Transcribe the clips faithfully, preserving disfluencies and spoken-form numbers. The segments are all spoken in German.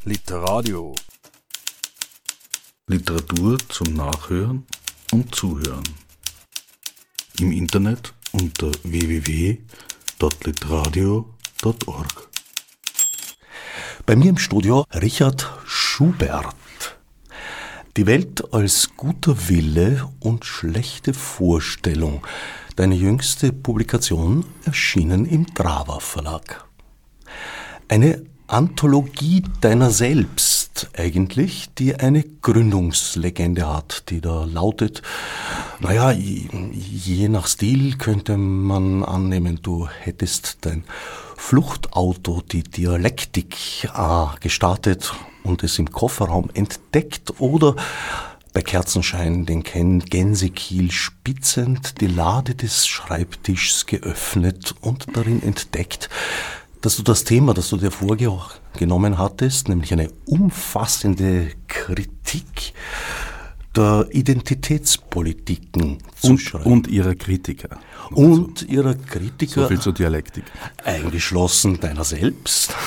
Literadio. Literatur zum Nachhören und Zuhören. Im Internet unter w w w punkt literadio punkt org. Bei mir im Studio Richard Schubert. Die Welt als guter Wille und schlechte Vorstellung. Deine jüngste Publikation erschienen im Drava Verlag. Eine Anthologie deiner selbst eigentlich, die eine Gründungslegende hat, die da lautet, naja, je nach Stil könnte man annehmen, du hättest dein Fluchtauto, die Dialektik, äh, gestartet und es im Kofferraum entdeckt oder bei Kerzenschein den Gänsekiel spitzend die Lade des Schreibtischs geöffnet und darin entdeckt, dass du das Thema, das du dir vorgenommen hattest, nämlich eine umfassende Kritik der Identitätspolitiken zu und, schreiben. Und ihrer Kritiker. Und so. ihrer Kritiker. So viel zur Dialektik. Eingeschlossen deiner selbst.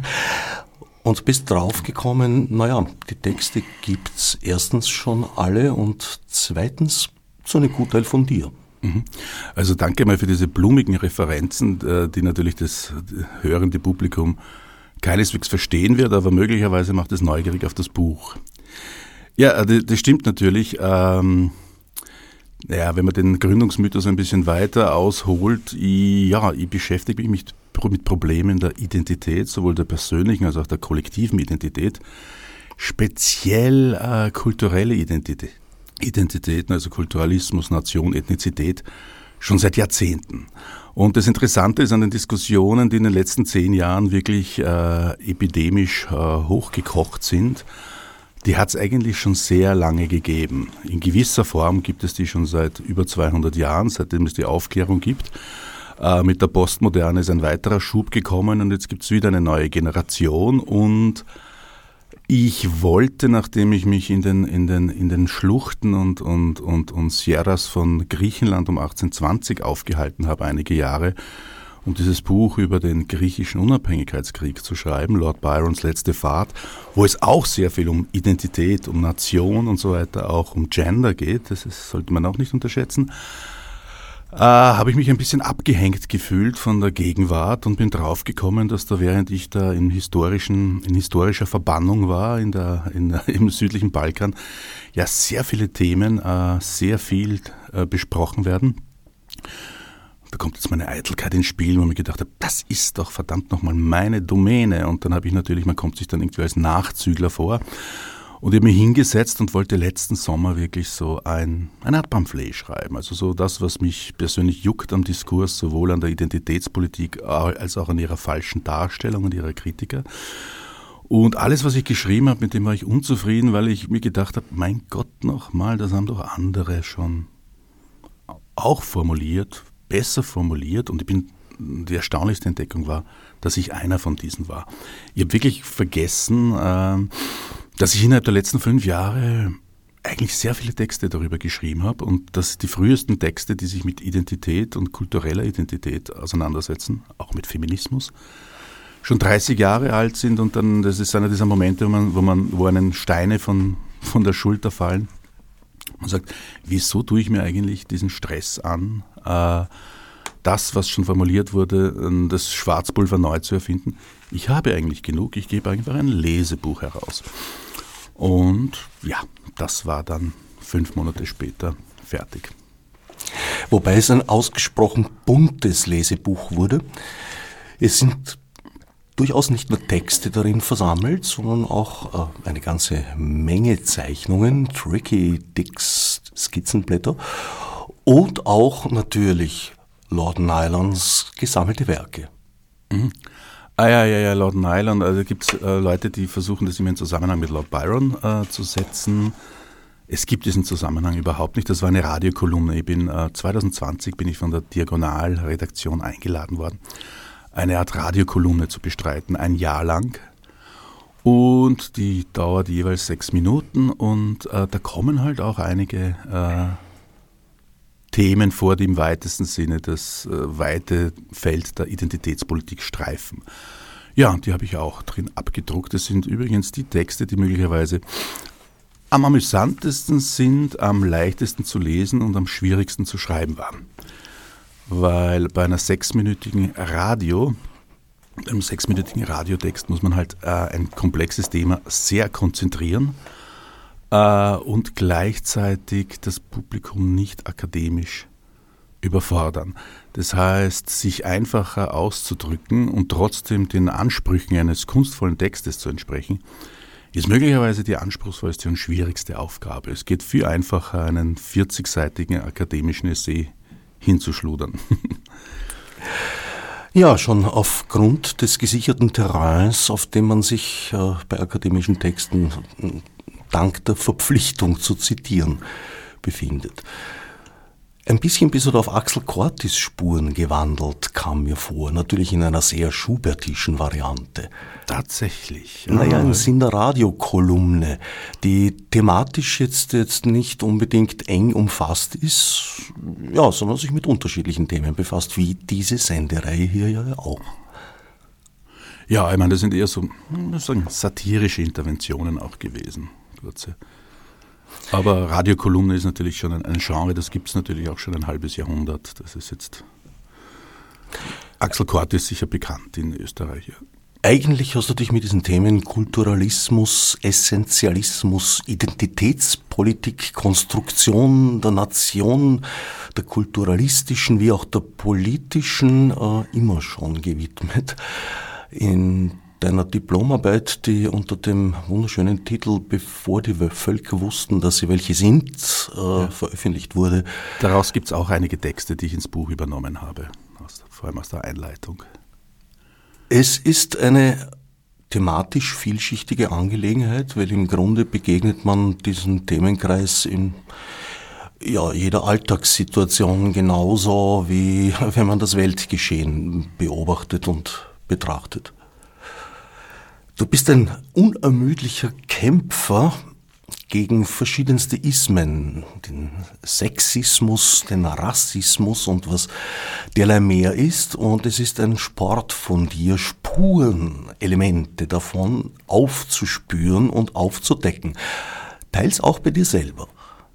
Und bist draufgekommen, naja, die Texte gibt's erstens schon alle und zweitens so ein Gutteil von dir. Also danke mal für diese blumigen Referenzen, die natürlich das hörende Publikum keineswegs verstehen wird, aber möglicherweise macht es neugierig auf das Buch. Ja, das stimmt natürlich. Ähm, ja, wenn man den Gründungsmythos ein bisschen weiter ausholt, ich, ja, ich beschäftige mich mit, mit Problemen der Identität, sowohl der persönlichen als auch der kollektiven Identität, speziell äh, kulturelle Identität. Identitäten, also Kulturalismus, Nation, Ethnizität, schon seit Jahrzehnten. Und das Interessante ist an den Diskussionen, die in den letzten zehn Jahren wirklich äh, epidemisch äh, hochgekocht sind, die hat es eigentlich schon sehr lange gegeben. In gewisser Form gibt es die schon seit über zweihundert Jahren, seitdem es die Aufklärung gibt. Äh, mit der Postmoderne ist ein weiterer Schub gekommen und jetzt gibt es wieder eine neue Generation und ich wollte, nachdem ich mich in den, in den, in den Schluchten und, und, und, und Sierras von Griechenland um achtzehnhundertzwanzig aufgehalten habe, einige Jahre, um dieses Buch über den griechischen Unabhängigkeitskrieg zu schreiben, Lord Byrons letzte Fahrt, wo es auch sehr viel um Identität, um Nation und so weiter, auch um Gender geht, das ist, sollte man auch nicht unterschätzen, Äh, habe ich mich ein bisschen abgehängt gefühlt von der Gegenwart und bin draufgekommen, dass da während ich da im historischen, in historischer Verbannung war, in der, in, im südlichen Balkan, ja sehr viele Themen, äh, sehr viel äh, besprochen werden. Da kommt jetzt meine Eitelkeit ins Spiel, wo ich mir gedacht habe, das ist doch verdammt nochmal meine Domäne. Und dann habe ich natürlich, man kommt sich dann irgendwie als Nachzügler vor. Und ich habe mich hingesetzt und wollte letzten Sommer wirklich so ein, eine Art Pamphlet schreiben. Also so das, was mich persönlich juckt am Diskurs, sowohl an der Identitätspolitik als auch an ihrer falschen Darstellung und ihrer Kritiker. Und alles, was ich geschrieben habe, mit dem war ich unzufrieden, weil ich mir gedacht habe, mein Gott nochmal, das haben doch andere schon auch formuliert, besser formuliert. Und ich bin, die erstaunlichste Entdeckung war, dass ich einer von diesen war. Ich habe wirklich vergessen, äh, dass ich innerhalb der letzten fünf Jahre eigentlich sehr viele Texte darüber geschrieben habe und dass die frühesten Texte, die sich mit Identität und kultureller Identität auseinandersetzen, auch mit Feminismus, schon dreißig Jahre alt sind und dann, das ist einer dieser Momente, wo man, wo man, wo einen Steine von, von der Schulter fallen. Man sagt, wieso tue ich mir eigentlich diesen Stress an, äh, das, was schon formuliert wurde, das Schwarzpulver neu zu erfinden? Ich habe eigentlich genug, ich gebe einfach ein Lesebuch heraus. Und ja, das war dann fünf Monate später fertig. Wobei es ein ausgesprochen buntes Lesebuch wurde. Es sind durchaus nicht nur Texte darin versammelt, sondern auch äh, eine ganze Menge Zeichnungen, Tricky Dicks Skizzenblätter und auch natürlich Lord Nylons gesammelte Werke. Mhm. Ah ja, ja, ja, Lord Nylon, also gibt es äh, Leute, die versuchen, das immer in Zusammenhang mit Lord Byron äh, zu setzen. Es gibt diesen Zusammenhang überhaupt nicht. Das war eine Radiokolumne. Ich bin äh, zwanzig zwanzig bin ich von der Diagonal-Redaktion eingeladen worden, eine Art Radiokolumne zu bestreiten, ein Jahr lang. Und die dauert jeweils sechs Minuten und äh, da kommen halt auch einige äh, Themen vor, die im weitesten Sinne das äh, weite Feld der Identitätspolitik streifen. Ja, die habe ich auch drin abgedruckt. Das sind übrigens die Texte, die möglicherweise am amüsantesten sind, am leichtesten zu lesen und am schwierigsten zu schreiben waren. Weil bei einer sechsminütigen Radio, einem sechsminütigen Radiotext muss man halt äh, ein komplexes Thema sehr konzentrieren äh, und gleichzeitig das Publikum nicht akademisch überfordern. Das heißt, sich einfacher auszudrücken und trotzdem den Ansprüchen eines kunstvollen Textes zu entsprechen, ist möglicherweise die anspruchsvollste und schwierigste Aufgabe. Es geht viel einfacher, einen vierzigseitigen akademischen Essay hinzuschludern. Ja, schon aufgrund des gesicherten Terrains, auf dem man sich äh, bei akademischen Texten dank der Verpflichtung zu zitieren befindet. Ein bisschen bist du da auf Axel Cortis Spuren gewandelt, kam mir vor. Natürlich in einer sehr schubertischen Variante. Tatsächlich. Ja. Naja, im Sinn der Radiokolumne, die thematisch jetzt, jetzt nicht unbedingt eng umfasst ist, ja, sondern sich mit unterschiedlichen Themen befasst, wie diese Sendereihe hier ja auch. Ja, ich meine, das sind eher so sagen, satirische Interventionen auch gewesen, kurze. Aber Radiokolumne ist natürlich schon ein, ein Genre, das gibt es natürlich auch schon ein halbes Jahrhundert. Das ist jetzt. Axel Cortis ist sicher bekannt in Österreich. Ja. Eigentlich hast du dich mit diesen Themen Kulturalismus, Essentialismus, Identitätspolitik, Konstruktion der Nation, der kulturalistischen wie auch der politischen äh, immer schon gewidmet. In deiner Diplomarbeit, die unter dem wunderschönen Titel "Bevor die Völker wussten, dass sie welche sind", äh, ja. veröffentlicht wurde. Daraus gibt es auch einige Texte, die ich ins Buch übernommen habe, aus, vor allem aus der Einleitung. Es ist eine thematisch vielschichtige Angelegenheit, weil im Grunde begegnet man diesem Themenkreis in ja, jeder Alltagssituation genauso, wie wenn man das Weltgeschehen beobachtet und betrachtet. Du bist ein unermüdlicher Kämpfer gegen verschiedenste Ismen, den Sexismus, den Rassismus und was derlei mehr ist. Und es ist ein Sport von dir, Spuren, Elemente davon aufzuspüren und aufzudecken. Teils auch bei dir selber.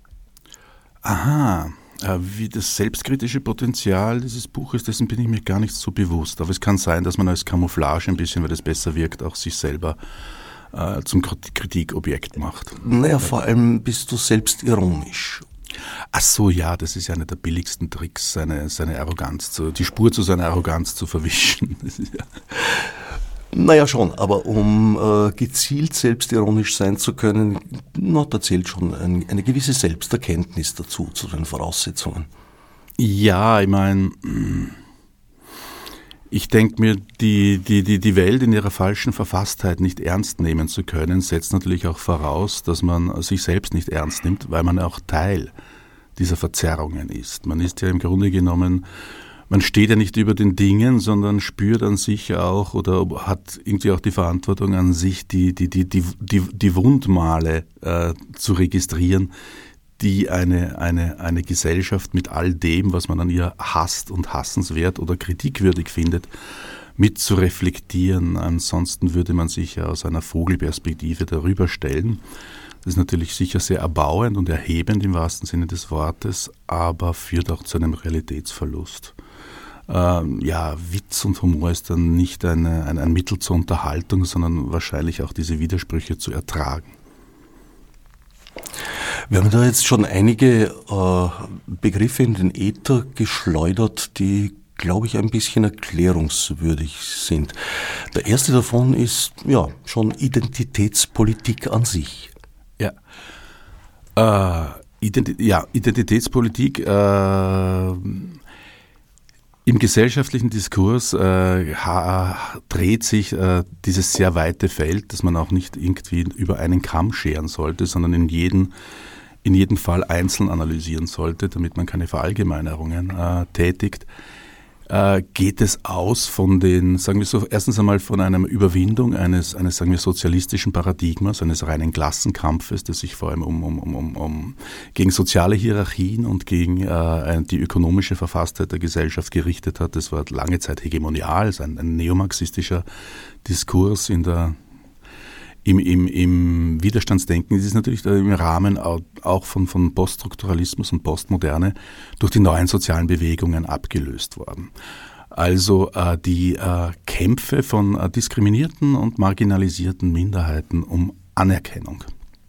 Aha. Wie das selbstkritische Potenzial dieses Buches, dessen bin ich mir gar nicht so bewusst. Aber es kann sein, dass man als Camouflage ein bisschen, weil das besser wirkt, auch sich selber äh, zum Kritikobjekt macht. Naja, vor allem bist du selbstironisch. Ach so, ja, das ist ja einer der billigsten Tricks, seine, seine Arroganz, zu, die Spur zu seiner Arroganz zu verwischen. Das ist ja Naja schon, aber um äh, gezielt selbstironisch sein zu können, na, da zählt schon ein, eine gewisse Selbsterkenntnis dazu, zu den Voraussetzungen. Ja, ich meine, ich denke mir, die, die, die, die Welt in ihrer falschen Verfasstheit nicht ernst nehmen zu können, setzt natürlich auch voraus, dass man sich selbst nicht ernst nimmt, weil man auch Teil dieser Verzerrungen ist. Man ist ja im Grunde genommen... Man steht ja nicht über den Dingen, sondern spürt an sich auch oder hat irgendwie auch die Verantwortung an sich, die, die, die, die, die, die Wundmale äh, zu registrieren, die eine, eine, eine Gesellschaft mit all dem, was man an ihr hasst und hassenswert oder kritikwürdig findet, mit zu reflektieren. Ansonsten würde man sich ja aus einer Vogelperspektive darüber stellen. Das ist natürlich sicher sehr erbauend und erhebend im wahrsten Sinne des Wortes, aber führt auch zu einem Realitätsverlust. Ähm, ja, Witz und Humor ist dann nicht eine, ein, ein Mittel zur Unterhaltung, sondern wahrscheinlich auch diese Widersprüche zu ertragen. Wir haben da jetzt schon einige äh, Begriffe in den Äther geschleudert, die, glaube ich, ein bisschen erklärungswürdig sind. Der erste davon ist ja schon Identitätspolitik an sich. Ja, äh, Ident- ja Identitätspolitik äh, im gesellschaftlichen Diskurs äh, ha, dreht sich äh, dieses sehr weite Feld, das man auch nicht irgendwie über einen Kamm scheren sollte, sondern in jeden, in jedem Fall einzeln analysieren sollte, damit man keine Verallgemeinerungen äh, tätigt. äh, geht es aus von den, sagen wir so, erstens einmal von einer Überwindung eines, eines sagen wir, sozialistischen Paradigmas, eines reinen Klassenkampfes, das sich vor allem um, um, um, um gegen soziale Hierarchien und gegen äh, die ökonomische Verfasstheit der Gesellschaft gerichtet hat. Das war lange Zeit hegemonial, also ein, ein neomarxistischer Diskurs in der Im, im, im Widerstandsdenken ist es natürlich im Rahmen auch von, von Poststrukturalismus und Postmoderne durch die neuen sozialen Bewegungen abgelöst worden. Also äh, die äh, Kämpfe von äh, diskriminierten und marginalisierten Minderheiten um Anerkennung.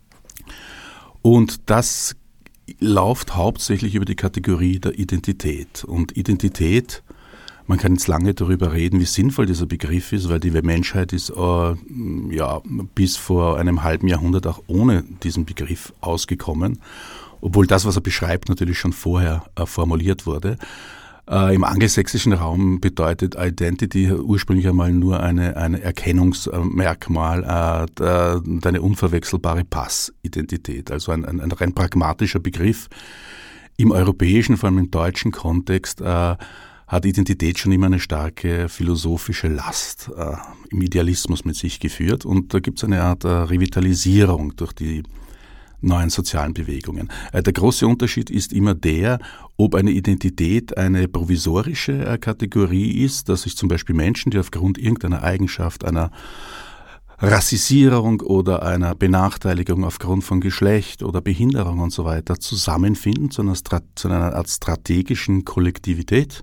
Und das läuft hauptsächlich über die Kategorie der Identität. Und Identität, man kann jetzt lange darüber reden, wie sinnvoll dieser Begriff ist, weil die Menschheit ist äh, ja, bis vor einem halben Jahrhundert auch ohne diesen Begriff ausgekommen, obwohl das, was er beschreibt, natürlich schon vorher äh, formuliert wurde. Äh, Im angelsächsischen Raum bedeutet Identity ursprünglich einmal nur eine, eine Erkennungsmerkmal, äh, eine unverwechselbare Passidentität, also ein, ein, ein rein pragmatischer Begriff. Im europäischen, vor allem im deutschen Kontext, äh, hat Identität schon immer eine starke philosophische Last äh, im Idealismus mit sich geführt. Und da gibt es eine Art äh, Revitalisierung durch die neuen sozialen Bewegungen. Äh, der große Unterschied ist immer der, ob eine Identität eine provisorische äh, Kategorie ist, dass sich zum Beispiel Menschen, die aufgrund irgendeiner Eigenschaft, einer Rassisierung oder einer Benachteiligung aufgrund von Geschlecht oder Behinderung und so weiter zusammenfinden zu einer, Strat- zu einer Art strategischen Kollektivität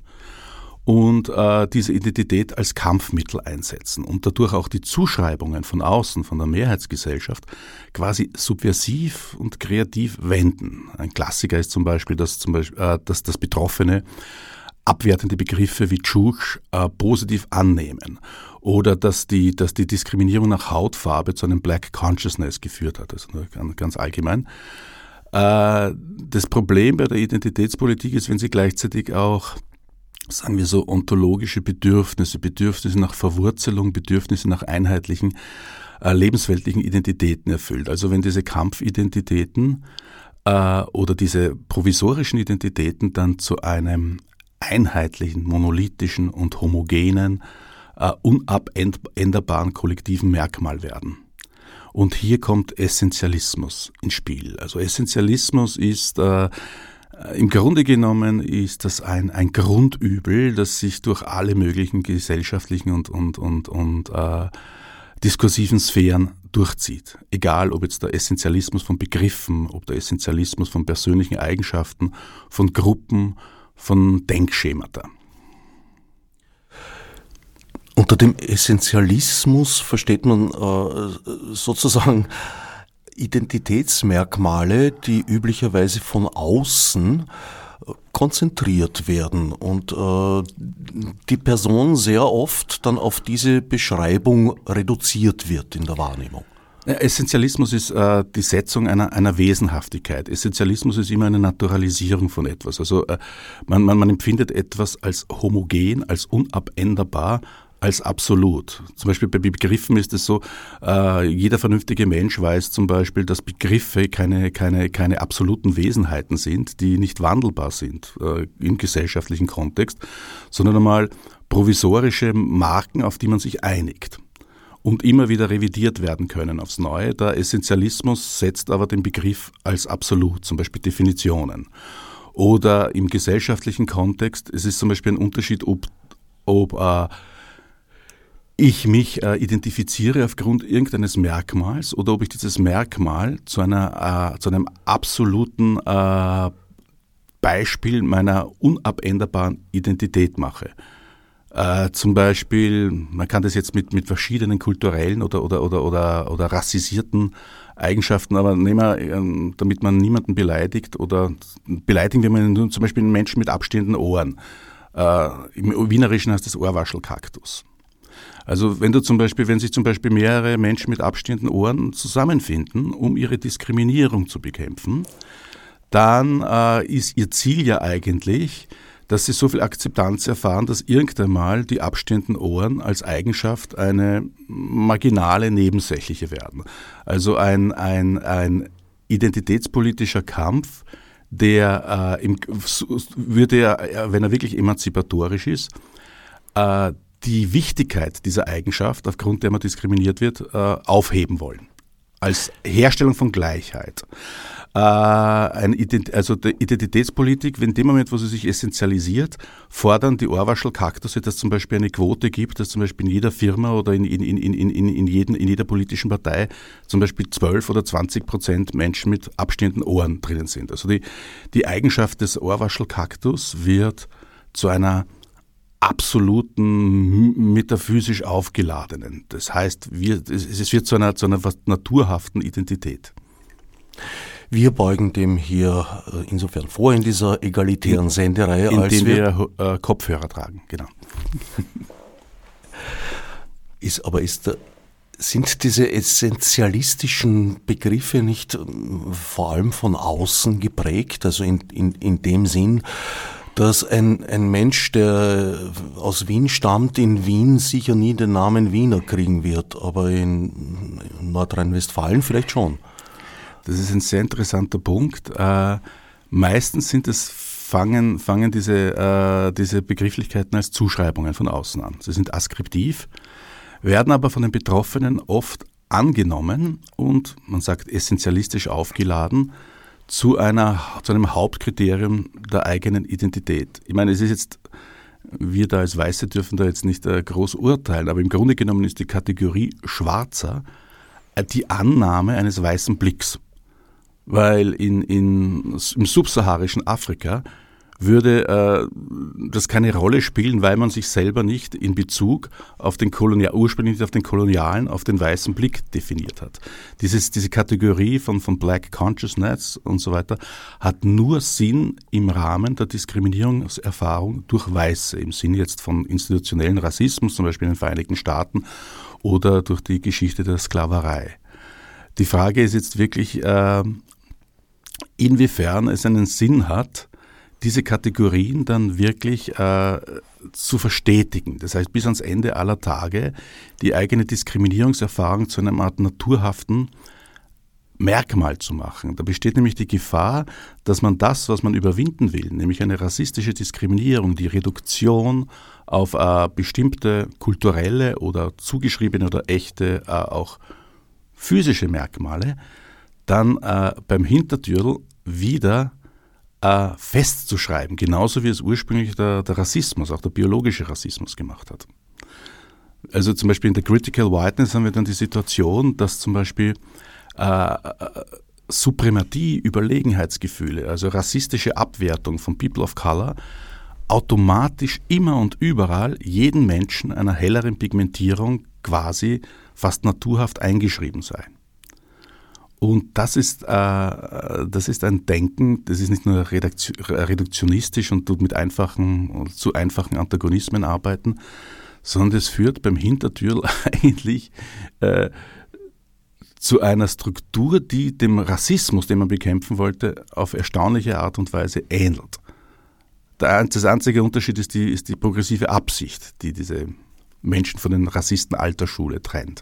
und äh, diese Identität als Kampfmittel einsetzen und dadurch auch die Zuschreibungen von außen, von der Mehrheitsgesellschaft quasi subversiv und kreativ wenden. Ein Klassiker ist zum Beispiel, dass, zum Beispiel, äh, dass das Betroffene abwertende Begriffe wie Tschusch äh, positiv annehmen oder dass die, dass die Diskriminierung nach Hautfarbe zu einem Black Consciousness geführt hat, also ganz, ganz allgemein. Äh, das Problem bei der Identitätspolitik ist, wenn sie gleichzeitig auch, sagen wir so, ontologische Bedürfnisse, Bedürfnisse nach Verwurzelung, Bedürfnisse nach einheitlichen äh, lebensweltlichen Identitäten erfüllt. Also wenn diese Kampfidentitäten äh, oder diese provisorischen Identitäten dann zu einem einheitlichen, monolithischen und homogenen, äh, unabänderbaren kollektiven Merkmal werden. Und hier kommt Essentialismus ins Spiel. Also Essentialismus ist äh, im Grunde genommen ist das ein, ein Grundübel, das sich durch alle möglichen gesellschaftlichen und, und, und, und äh, diskursiven Sphären durchzieht. Egal, ob jetzt der Essentialismus von Begriffen, ob der Essentialismus von persönlichen Eigenschaften, von Gruppen, von Denkschemata. Unter dem Essentialismus versteht man äh, sozusagen Identitätsmerkmale, die üblicherweise von außen konzentriert werden und äh, die Person sehr oft dann auf diese Beschreibung reduziert wird in der Wahrnehmung. Essentialismus ist äh, die Setzung einer, einer Wesenhaftigkeit. Essentialismus ist immer eine Naturalisierung von etwas. Also äh, man, man, man empfindet etwas als homogen, als unabänderbar, als absolut. Zum Beispiel bei Begriffen ist es so, äh, jeder vernünftige Mensch weiß zum Beispiel, dass Begriffe keine, keine, keine absoluten Wesenheiten sind, die nicht wandelbar sind äh, im gesellschaftlichen Kontext, sondern einmal provisorische Marken, auf die man sich einigt und immer wieder revidiert werden können aufs Neue. Der Essentialismus setzt aber den Begriff als absolut, zum Beispiel Definitionen. Oder im gesellschaftlichen Kontext, es ist zum Beispiel ein Unterschied, ob, ob äh, ich mich äh, identifiziere aufgrund irgendeines Merkmals oder ob ich dieses Merkmal zu einer äh, zu einem absoluten äh, Beispiel meiner unabänderbaren Identität mache. Äh, zum Beispiel, man kann das jetzt mit mit verschiedenen kulturellen oder oder oder oder oder rassisierten Eigenschaften, aber nehmen wir, äh, damit man niemanden beleidigt oder beleidigen wir nur zum Beispiel einen Menschen mit abstehenden Ohren. Äh, Im Wienerischen heißt das Ohrwaschelkaktus. Also wenn du zum Beispiel, wenn sich zum Beispiel mehrere Menschen mit abstehenden Ohren zusammenfinden, um ihre Diskriminierung zu bekämpfen, dann äh, ist ihr Ziel ja eigentlich, dass sie so viel Akzeptanz erfahren, dass irgendwann mal die abstehenden Ohren als Eigenschaft eine marginale Nebensächliche werden. Also ein, ein, ein identitätspolitischer Kampf, der äh, im, würde er, wenn er wirklich emanzipatorisch ist, äh, die Wichtigkeit dieser Eigenschaft, aufgrund der man diskriminiert wird, äh, aufheben wollen. Als Herstellung von Gleichheit. Äh, ein Ident- also die Identitätspolitik, in dem Moment, wo sie sich essentialisiert, fordern die Ohrwaschel-Kaktusse, dass es zum Beispiel eine Quote gibt, dass zum Beispiel in jeder Firma oder in, in, in, in, in, in, jeden, in jeder politischen Partei zum Beispiel zwölf oder zwanzig Prozent Menschen mit abstehenden Ohren drinnen sind. Also die, die Eigenschaft des Ohrwaschel-Kaktus wird zu einer absoluten, metaphysisch aufgeladenen. Das heißt, wir, es wird zu einer, zu einer fast naturhaften Identität. Wir beugen dem hier insofern vor in dieser egalitären Sendereihe, in, als indem wir, wir äh, Kopfhörer tragen, genau. Ist, aber ist, sind diese essentialistischen Begriffe nicht vor allem von außen geprägt, also in, in, in dem Sinn, dass ein, ein Mensch, der aus Wien stammt, in Wien sicher nie den Namen Wiener kriegen wird, aber in Nordrhein-Westfalen vielleicht schon. Das ist ein sehr interessanter Punkt. Äh, meistens sind es, fangen, fangen diese, äh, diese Begrifflichkeiten als Zuschreibungen von außen an. Sie sind askriptiv, werden aber von den Betroffenen oft angenommen und, man sagt, essentialistisch aufgeladen, zu einer, zu einem Hauptkriterium der eigenen Identität. Ich meine, es ist jetzt, wir da als Weiße dürfen da jetzt nicht äh, groß urteilen, aber im Grunde genommen ist die Kategorie Schwarzer äh, die Annahme eines weißen Blicks. Weil in, in, im subsaharischen Afrika würde äh, das keine Rolle spielen, weil man sich selber nicht in Bezug auf den Kolonial, ursprünglich nicht auf den kolonialen, auf den weißen Blick definiert hat. Dieses, diese Kategorie von, von Black Consciousness und so weiter hat nur Sinn im Rahmen der Diskriminierungserfahrung durch Weiße, im Sinne jetzt von institutionellen Rassismus, zum Beispiel in den Vereinigten Staaten oder durch die Geschichte der Sklaverei. Die Frage ist jetzt wirklich, äh, inwiefern es einen Sinn hat, diese Kategorien dann wirklich äh, zu verstetigen. Das heißt, bis ans Ende aller Tage die eigene Diskriminierungserfahrung zu einer Art naturhaften Merkmal zu machen. Da besteht nämlich die Gefahr, dass man das, was man überwinden will, nämlich eine rassistische Diskriminierung, die Reduktion auf äh, bestimmte kulturelle oder zugeschriebene oder echte, äh, auch physische Merkmale, dann äh, beim Hintertürl wieder äh, festzuschreiben, genauso wie es ursprünglich der, der Rassismus, auch der biologische Rassismus gemacht hat. Also zum Beispiel in der Critical Whiteness haben wir dann die Situation, dass zum Beispiel äh, Suprematie, Überlegenheitsgefühle, also rassistische Abwertung von People of Color automatisch immer und überall jeden Menschen einer helleren Pigmentierung quasi fast naturhaft eingeschrieben sei. Und das ist, äh, das ist ein Denken, das ist nicht nur reduktionistisch und tut mit einfachen, zu einfachen Antagonismen arbeiten, sondern es führt beim Hintertürl eigentlich äh, zu einer Struktur, die dem Rassismus, den man bekämpfen wollte, auf erstaunliche Art und Weise ähnelt. Das einzige Unterschied ist die, ist die progressive Absicht, die diese Menschen von den Rassisten alter Schule trennt.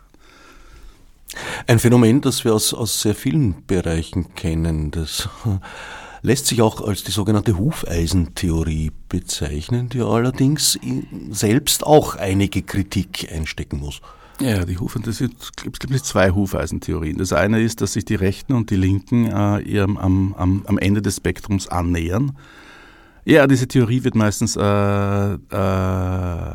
Ein Phänomen, das wir aus, aus sehr vielen Bereichen kennen, das lässt sich auch als die sogenannte Hufeisentheorie bezeichnen, die allerdings selbst auch einige Kritik einstecken muss. Ja, die Hufe, das sind, es gibt zwei Hufeisentheorien. Das eine ist, dass sich die Rechten und die Linken äh, ihrem, am, am, am Ende des Spektrums annähern. Ja, diese Theorie wird meistens äh, äh,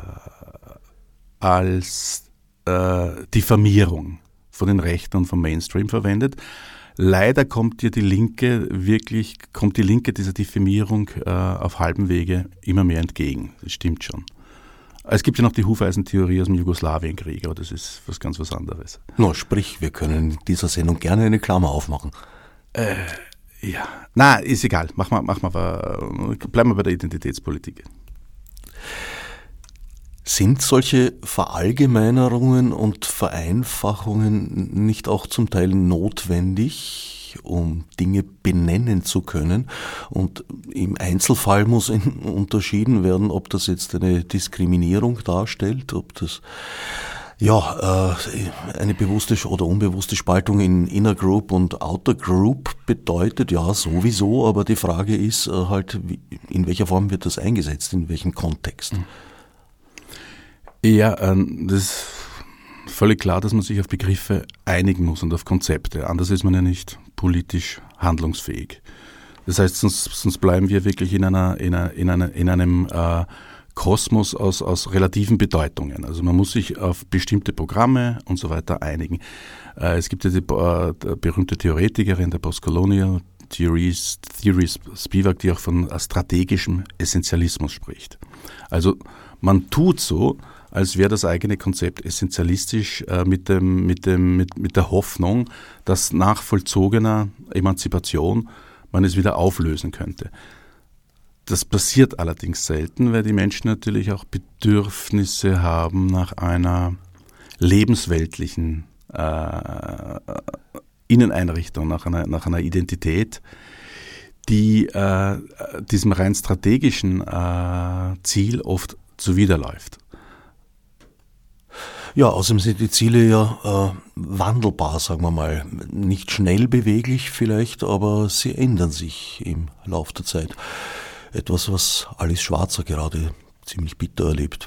als äh, Diffamierung von den Rechten und vom Mainstream verwendet. Leider kommt dir die Linke wirklich, kommt die Linke dieser Diffamierung äh, auf halbem Wege immer mehr entgegen. Das stimmt schon. Es gibt ja noch die Hufeisentheorie aus dem Jugoslawienkrieg, aber das ist was ganz was anderes. No, sprich, wir können in dieser Sendung gerne eine Klammer aufmachen. Äh, ja. Na, ist egal. Mach mal, mach mal, bleiben wir bei der Identitätspolitik. Sind solche Verallgemeinerungen und Vereinfachungen nicht auch zum Teil notwendig, um Dinge benennen zu können? Und im Einzelfall muss unterschieden werden, ob das jetzt eine Diskriminierung darstellt, ob das Ja, äh, eine bewusste oder unbewusste Spaltung in Inner Group und Outer Group bedeutet ja sowieso, aber die Frage ist äh, halt, wie, in welcher Form wird das eingesetzt, in welchem Kontext? Ja, ähm, das ist völlig klar, dass man sich auf Begriffe einigen muss und auf Konzepte. Anders ist man ja nicht politisch handlungsfähig. Das heißt, sonst, sonst bleiben wir wirklich in einer, in einer, in einer, in einem äh, Kosmos aus, aus relativen Bedeutungen. Also man muss sich auf bestimmte Programme und so weiter einigen. Äh, es gibt ja die äh, die berühmte Theoretikerin der Postcolonial Theories, Theories Spivak, die auch von strategischem Essentialismus spricht. Also man tut so, als wäre das eigene Konzept essentialistisch äh, mit, dem, mit, dem, mit, mit der Hoffnung, dass nach vollzogener Emanzipation man es wieder auflösen könnte. Das passiert allerdings selten, weil die Menschen natürlich auch Bedürfnisse haben nach einer lebensweltlichen äh, Inneneinrichtung, nach einer, nach einer Identität, die äh, diesem rein strategischen äh, Ziel oft zuwiderläuft. Ja, außerdem sind die Ziele ja äh, wandelbar, sagen wir mal. Nicht schnell beweglich vielleicht, aber sie ändern sich im Laufe der Zeit. Etwas, was Alice Schwarzer gerade ziemlich bitter erlebt.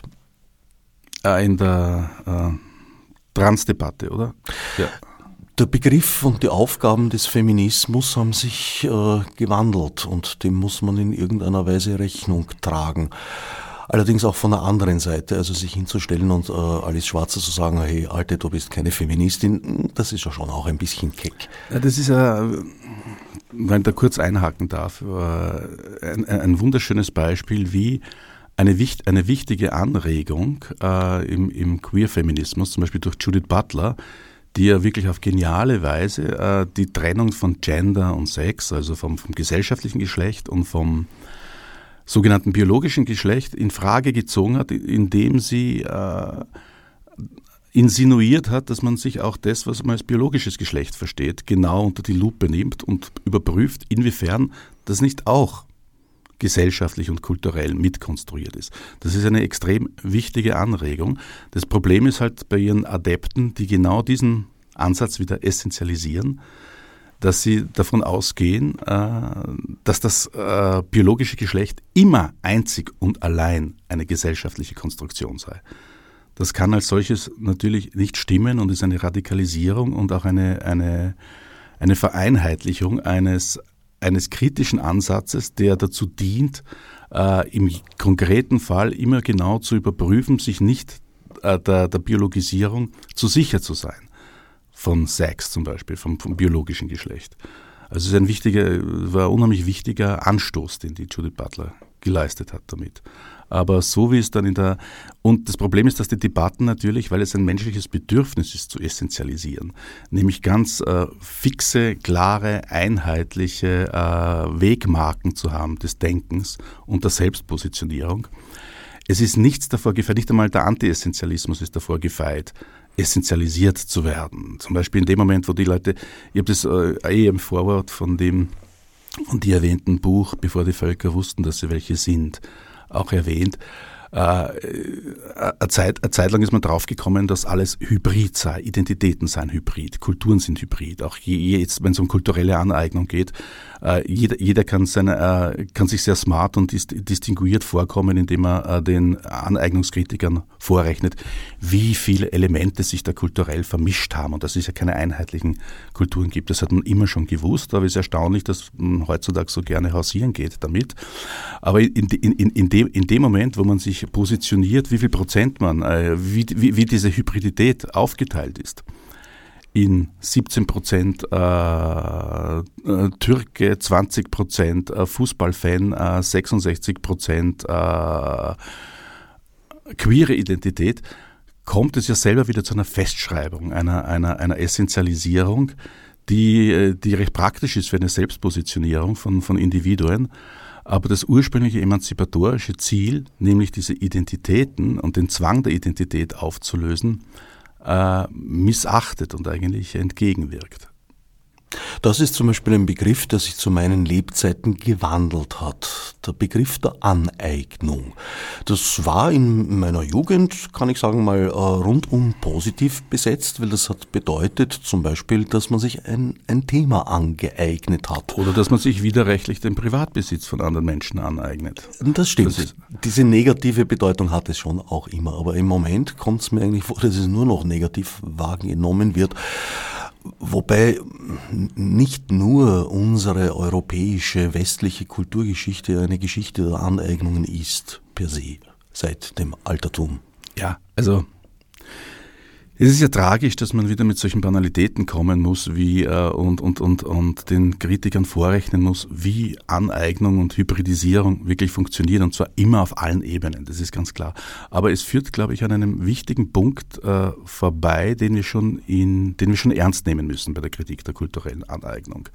Äh, in der äh, Transdebatte, oder? Ja. Der Begriff und die Aufgaben des Feminismus haben sich äh, gewandelt und dem muss man in irgendeiner Weise Rechnung tragen. Allerdings auch von der anderen Seite, also sich hinzustellen und äh, Alice Schwarzer zu sagen, hey Alte, du bist keine Feministin, das ist ja schon auch ein bisschen keck. Ja, das ist ja, wenn ich da kurz einhaken darf, ein, ein wunderschönes Beispiel, wie eine, eine wichtige Anregung äh, im, im Queer-Feminismus, zum Beispiel durch Judith Butler, die ja wirklich auf geniale Weise äh, die Trennung von Gender und Sex, also vom, vom gesellschaftlichen Geschlecht und vom sogenannten biologischen Geschlecht in Frage gezogen hat, indem sie äh, insinuiert hat, dass man sich auch das, was man als biologisches Geschlecht versteht, genau unter die Lupe nimmt und überprüft, inwiefern das nicht auch gesellschaftlich und kulturell mitkonstruiert ist. Das ist eine extrem wichtige Anregung. Das Problem ist halt bei ihren Adepten, die genau diesen Ansatz wieder essentialisieren, dass sie davon ausgehen, dass das biologische Geschlecht immer einzig und allein eine gesellschaftliche Konstruktion sei. Das kann als solches natürlich nicht stimmen und ist eine Radikalisierung und auch eine, eine, eine Vereinheitlichung eines, eines kritischen Ansatzes, der dazu dient, im konkreten Fall immer genau zu überprüfen, sich nicht der, der Biologisierung zu sicher zu sein. Von Sex zum Beispiel, vom, vom biologischen Geschlecht. Also es ist ein wichtiger, war ein unheimlich wichtiger Anstoß, den die Judith Butler geleistet hat damit. Aber so wie es dann in der, und das Problem ist, dass die Debatten natürlich, weil es ein menschliches Bedürfnis ist, zu essentialisieren, nämlich ganz äh, fixe, klare, einheitliche äh, Wegmarken zu haben des Denkens und der Selbstpositionierung. Es ist nichts davor gefeit, nicht einmal der Anti-Essentialismus ist davor gefeit, essentialisiert zu werden. Zum Beispiel in dem Moment, wo die Leute, ich habe das äh, eh im Vorwort von dem, von die erwähnten Buch, bevor die Völker wussten, dass sie welche sind, auch erwähnt. Äh, eine, Zeit, eine Zeit lang ist man draufgekommen, dass alles hybrid sei, Identitäten seien hybrid, Kulturen sind hybrid. Auch je, jetzt, wenn es um kulturelle Aneignung geht, äh, jeder, jeder kann, seine, äh, kann sich sehr smart und dist, distinguiert vorkommen, indem er äh, den Aneignungskritikern vorrechnet, wie viele Elemente sich da kulturell vermischt haben und dass es ja keine einheitlichen Kulturen gibt. Das hat man immer schon gewusst, aber es ist erstaunlich, dass man heutzutage so gerne hausieren geht damit. Aber in, in, in, in, dem, in dem Moment, wo man sich positioniert, wie viel Prozent man, äh, wie, wie, wie diese Hybridität aufgeteilt ist. In siebzehn Prozent äh, äh, Türke, zwanzig Prozent äh, Fußballfan, äh, sechsundsechzig Prozent äh, queere Identität, kommt es ja selber wieder zu einer Festschreibung, einer, einer, einer Essentialisierung, die, die recht praktisch ist für eine Selbstpositionierung von, von Individuen. Aber das ursprüngliche emanzipatorische Ziel, nämlich diese Identitäten und den Zwang der Identität aufzulösen, äh, missachtet und eigentlich entgegenwirkt. Das ist zum Beispiel ein Begriff, der sich zu meinen Lebzeiten gewandelt hat. Der Begriff der Aneignung. Das war in meiner Jugend, kann ich sagen, mal rundum positiv besetzt, weil das hat bedeutet zum Beispiel, dass man sich ein, ein Thema angeeignet hat. Oder dass man sich widerrechtlich den Privatbesitz von anderen Menschen aneignet. Das stimmt. Das Diese negative Bedeutung hat es schon auch immer. Aber im Moment kommt es mir eigentlich vor, dass es nur noch negativ wahrgenommen wird. Wobei nicht nur unsere europäische, westliche Kulturgeschichte eine Geschichte der Aneignungen ist, per se, seit dem Altertum. Ja, also es ist ja tragisch, dass man wieder mit solchen Banalitäten kommen muss wie äh, und, und, und, und den Kritikern vorrechnen muss, wie Aneignung und Hybridisierung wirklich funktionieren, und zwar immer auf allen Ebenen, das ist ganz klar. Aber es führt, glaube ich, an einem wichtigen Punkt äh, vorbei, den wir schon in, den wir schon ernst nehmen müssen bei der Kritik der kulturellen Aneignung.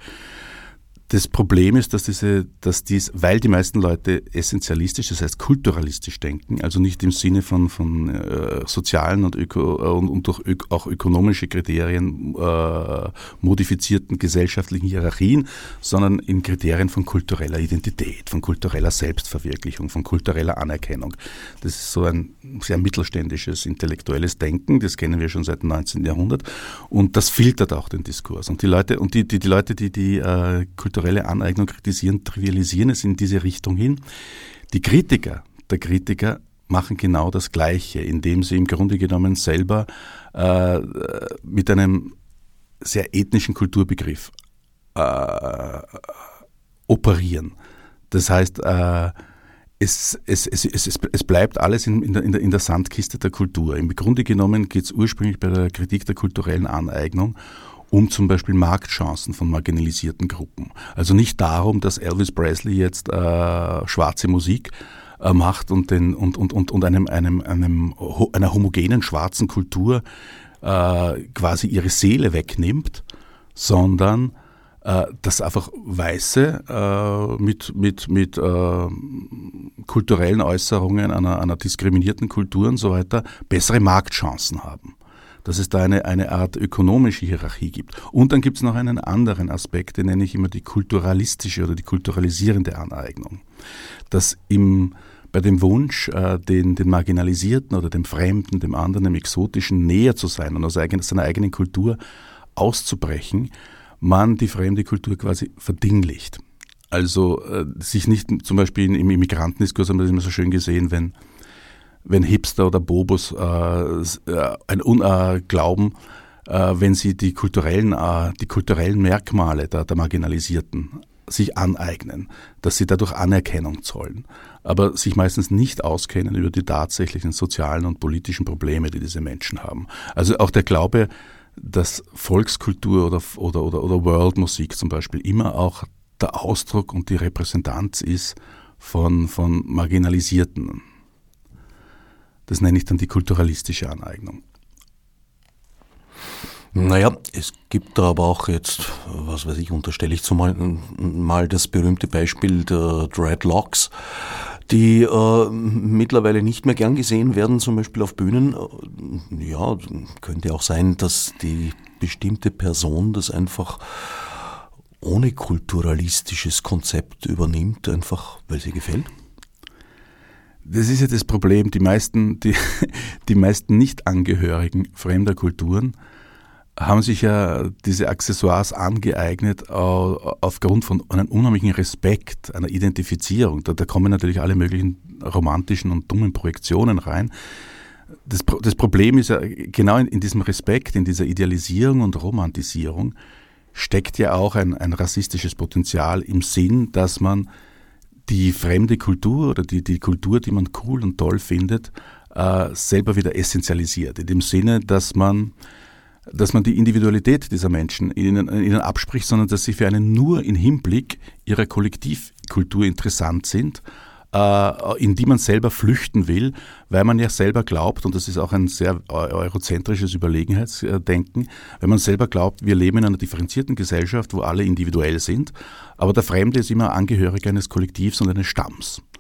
Das Problem ist, dass diese, dass dies, weil die meisten Leute essentialistisch, das heißt kulturalistisch denken, also nicht im Sinne von, von äh, sozialen und, öko, und, und durch ök, auch ökonomische Kriterien äh, modifizierten gesellschaftlichen Hierarchien, sondern in Kriterien von kultureller Identität, von kultureller Selbstverwirklichung, von kultureller Anerkennung. Das ist so ein sehr mittelständisches, intellektuelles Denken, das kennen wir schon seit dem neunzehnten Jahrhundert, und das filtert auch den Diskurs. Und die Leute, und die, die, die Leute, die die äh, kulturelle Aneignung kritisieren, trivialisieren es in diese Richtung hin. Die Kritiker der Kritiker machen genau das Gleiche, indem sie im Grunde genommen selber äh, mit einem sehr ethnischen Kulturbegriff äh, operieren. Das heißt, äh, es, es, es, es, es bleibt alles in, in, der, in, der, in der Sandkiste der Kultur. Im Grunde genommen geht es ursprünglich bei der Kritik der kulturellen Aneignung um zum Beispiel Marktchancen von marginalisierten Gruppen. Also nicht darum, dass Elvis Presley jetzt äh, schwarze Musik äh, macht und, den, und, und, und, und einem, einem, einem, einer homogenen schwarzen Kultur äh, quasi ihre Seele wegnimmt, sondern äh, dass einfach Weiße äh, mit, mit, mit äh, kulturellen Äußerungen einer, einer diskriminierten Kultur und so weiter bessere Marktchancen haben. Dass es da eine, eine Art ökonomische Hierarchie gibt. Und dann gibt es noch einen anderen Aspekt, den nenne ich immer die kulturalistische oder die kulturalisierende Aneignung. Dass im, bei dem Wunsch, äh, den, den Marginalisierten oder dem Fremden, dem anderen, dem Exotischen näher zu sein und aus eigen, seiner eigenen Kultur auszubrechen, man die fremde Kultur quasi verdinglicht. Also äh, sich nicht, zum Beispiel im Immigrantendiskurs haben wir das immer so schön gesehen, wenn wenn Hipster oder Bobos äh, ein Un- äh, glauben, äh, wenn sie die kulturellen, äh, die kulturellen Merkmale der, der Marginalisierten sich aneignen, dass sie dadurch Anerkennung zollen, aber sich meistens nicht auskennen über die tatsächlichen sozialen und politischen Probleme, die diese Menschen haben. Also auch der Glaube, dass Volkskultur oder, oder, oder, oder Worldmusik zum Beispiel immer auch der Ausdruck und die Repräsentanz ist von, von Marginalisierten. Das nenne ich dann die kulturalistische Aneignung. Naja, es gibt da aber auch jetzt, was weiß ich, unterstelle ich zumal mal das berühmte Beispiel der Dreadlocks, die äh, mittlerweile nicht mehr gern gesehen werden, zum Beispiel auf Bühnen. Ja, könnte auch sein, dass die bestimmte Person das einfach ohne kulturalistisches Konzept übernimmt, einfach weil sie gefällt. Das ist ja das Problem. Die meisten, die, die meisten Nicht-Angehörigen fremder Kulturen haben sich ja diese Accessoires angeeignet aufgrund von einem unheimlichen Respekt, einer Identifizierung. Da, da kommen natürlich alle möglichen romantischen und dummen Projektionen rein. Das, das Problem ist ja, genau in, in diesem Respekt, in dieser Idealisierung und Romantisierung steckt ja auch ein, ein rassistisches Potenzial im Sinn, dass man die fremde Kultur oder die, die Kultur, die man cool und toll findet, äh, selber wieder essentialisiert. In dem Sinne, dass man, dass man die Individualität dieser Menschen ihnen, ihnen abspricht, sondern dass sie für einen nur im Hinblick ihrer Kollektivkultur interessant sind, äh, in die man selber flüchten will, weil man ja selber glaubt, und das ist auch ein sehr eurozentrisches Überlegenheitsdenken, wenn man selber glaubt, wir leben in einer differenzierten Gesellschaft, wo alle individuell sind, aber der Fremde ist immer Angehöriger eines Kollektivs und eines Stamms.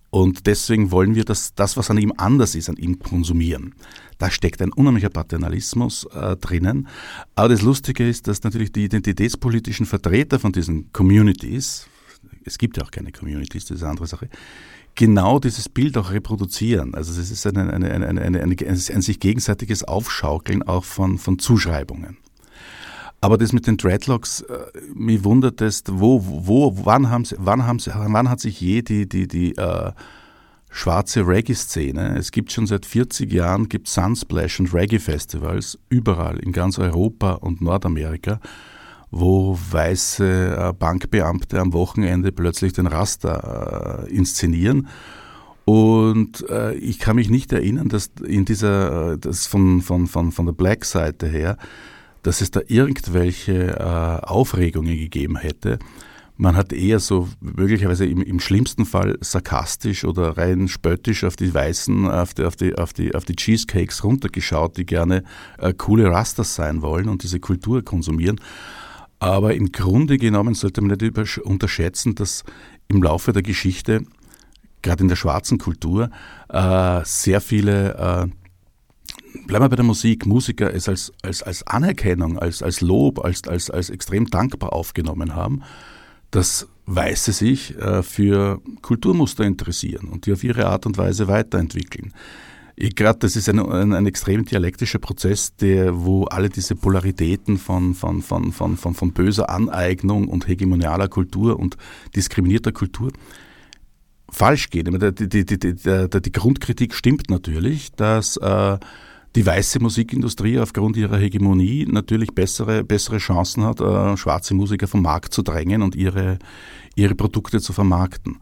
Und deswegen wollen wir das, das, was an ihm anders ist, an ihm konsumieren. Da steckt ein unheimlicher Paternalismus äh, drinnen. Aber das Lustige ist, dass natürlich die identitätspolitischen Vertreter von diesen Communities, es gibt ja auch keine Communities, das ist eine andere Sache, genau dieses Bild auch reproduzieren. Also es ist eine, eine, eine, eine, eine, ein sich gegenseitiges Aufschaukeln auch von, von Zuschreibungen. Aber das mit den Dreadlocks, äh, mich wundert es, wo, wo, wann haben sie, wann haben sie, wann hat sich je die, die, die äh, schwarze Reggae-Szene, es gibt schon seit vierzig Jahren, gibt Sunsplash und Reggae-Festivals überall in ganz Europa und Nordamerika, wo weiße äh, Bankbeamte am Wochenende plötzlich den Rasta äh, inszenieren. Und äh, ich kann mich nicht erinnern, dass in dieser, das von, von, von, von der Black-Seite her, dass es da irgendwelche äh, Aufregungen gegeben hätte. Man hat eher so möglicherweise im, im schlimmsten Fall sarkastisch oder rein spöttisch auf die Weißen, auf die, auf die, auf die, auf die Cheesecakes runtergeschaut, die gerne äh, coole Rastas sein wollen und diese Kultur konsumieren. Aber im Grunde genommen sollte man nicht unterschätzen, dass im Laufe der Geschichte, gerade in der schwarzen Kultur, äh, sehr viele, äh, bleiben wir bei der Musik, Musiker es als, als, als Anerkennung, als, als Lob, als, als, als extrem dankbar aufgenommen haben, dass Weiße sich äh, für Kulturmuster interessieren und die auf ihre Art und Weise weiterentwickeln. Gerade das ist ein, ein, ein extrem dialektischer Prozess, der, wo alle diese Polaritäten von, von, von, von, von, von böser Aneignung und hegemonialer Kultur und diskriminierter Kultur falsch gehen. Die, die, die, die, die, die Grundkritik stimmt natürlich, dass äh, die weiße Musikindustrie aufgrund ihrer Hegemonie natürlich bessere, bessere Chancen hat, äh, schwarze Musiker vom Markt zu drängen und ihre, ihre Produkte zu vermarkten.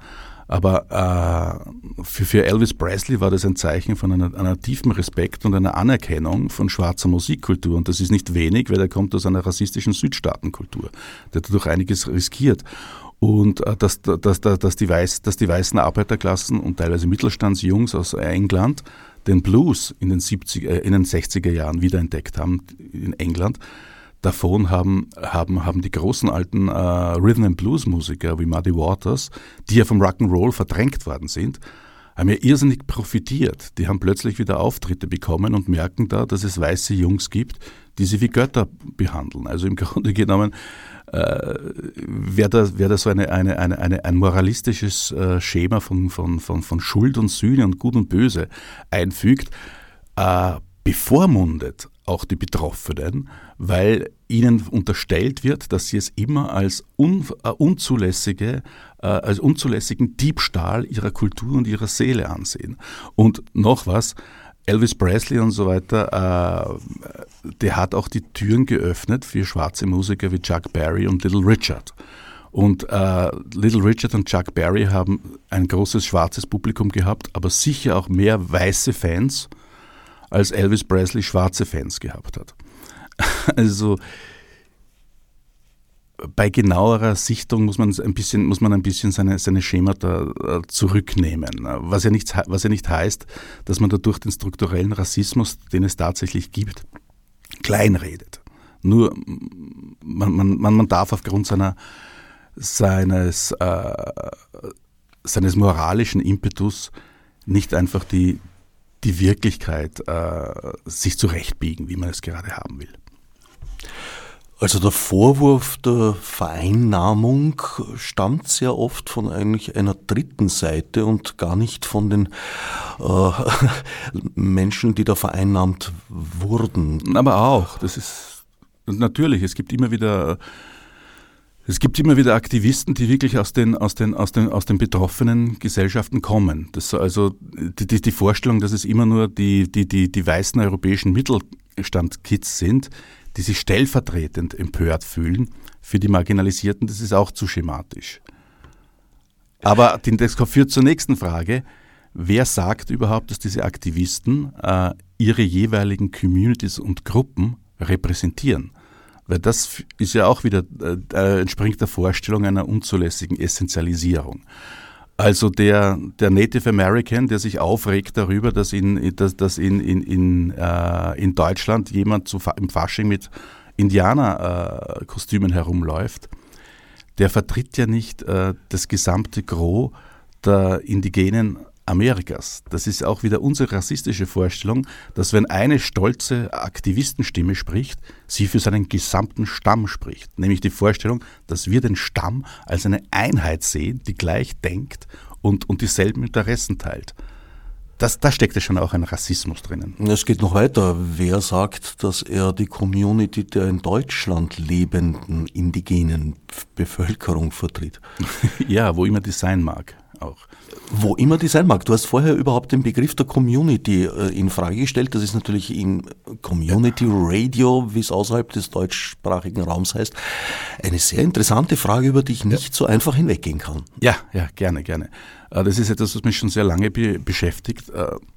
Aber äh, für, für Elvis Presley war das ein Zeichen von einer, einer tiefen Respekt und einer Anerkennung von schwarzer Musikkultur. Und das ist nicht wenig, weil er kommt aus einer rassistischen Südstaatenkultur. Der hat dadurch einiges riskiert. Und äh, dass, dass, dass, dass, die Weiß, dass die weißen Arbeiterklassen und teilweise Mittelstandsjungs aus England den Blues in den, siebziger, äh, in den sechziger Jahren wiederentdeckt haben in England. Davon haben, haben, haben die großen alten äh, Rhythm-and-Blues-Musiker wie Muddy Waters, die ja vom Rock'n'Roll verdrängt worden sind, haben ja irrsinnig profitiert. Die haben plötzlich wieder Auftritte bekommen und merken da, dass es weiße Jungs gibt, die sie wie Götter behandeln. Also im Grunde genommen, äh, wer da, wer da so eine, eine, eine, eine, ein moralistisches äh, Schema von, von, von, von Schuld und Sühne und Gut und Böse einfügt, äh, bevormundet auch die Betroffenen, weil ihnen unterstellt wird, dass sie es immer als un, äh, unzulässige, äh, als unzulässigen Diebstahl ihrer Kultur und ihrer Seele ansehen. Und noch was, Elvis Presley und so weiter, äh, der hat auch die Türen geöffnet für schwarze Musiker wie Chuck Berry und Little Richard. Und äh, Little Richard und Chuck Berry haben ein großes schwarzes Publikum gehabt, aber sicher auch mehr weiße Fans, als Elvis Presley schwarze Fans gehabt hat. Also bei genauerer Sichtung muss man ein bisschen, muss man ein bisschen seine, seine Schemata zurücknehmen. Was ja, nicht, was ja nicht heißt, dass man dadurch den strukturellen Rassismus, den es tatsächlich gibt, kleinredet. Nur man, man, man darf aufgrund seiner, seines, äh, seines moralischen Impetus nicht einfach die die Wirklichkeit äh, sich zurechtbiegen, wie man es gerade haben will. Also der Vorwurf der Vereinnahmung stammt sehr oft von eigentlich einer dritten Seite und gar nicht von den äh, Menschen, die da vereinnahmt wurden. Aber auch, das ist natürlich, es gibt immer wieder Es gibt immer wieder Aktivisten, die wirklich aus den, aus den, aus den, aus den betroffenen Gesellschaften kommen. Das also die, die, die Vorstellung, dass es immer nur die, die, die, die weißen europäischen Mittelstandkids sind, die sich stellvertretend empört fühlen für die Marginalisierten, das ist auch zu schematisch. Aber das führt zur nächsten Frage. Wer sagt überhaupt, dass diese Aktivisten äh, ihre jeweiligen Communities und Gruppen repräsentieren? Weil das ist ja auch wieder, äh, entspringt der Vorstellung einer unzulässigen Essentialisierung. Also der, der Native American, der sich aufregt darüber, dass in, dass, dass in, in, in, äh, in Deutschland jemand zu, im Fasching mit Indianerkostümen äh, herumläuft, der vertritt ja nicht äh, das gesamte Gros der Indigenen Amerikas. Das ist auch wieder unsere rassistische Vorstellung, dass wenn eine stolze Aktivistenstimme spricht, sie für seinen gesamten Stamm spricht. Nämlich die Vorstellung, dass wir den Stamm als eine Einheit sehen, die gleich denkt und, und dieselben Interessen teilt. Das, da steckt ja schon auch ein Rassismus drinnen. Es geht noch weiter. Wer sagt, dass er die Community der in Deutschland lebenden indigenen Bevölkerung vertritt? Ja, wo immer die sein mag auch. Wo immer die sein mag. Du hast vorher überhaupt den Begriff der Community äh, in Frage gestellt. Das ist natürlich im Community Radio, wie es außerhalb des deutschsprachigen Raums heißt, eine sehr interessante Frage, über die ich nicht ja. so einfach hinweggehen kann. Ja, ja, gerne, gerne. Das ist etwas, was mich schon sehr lange be- beschäftigt.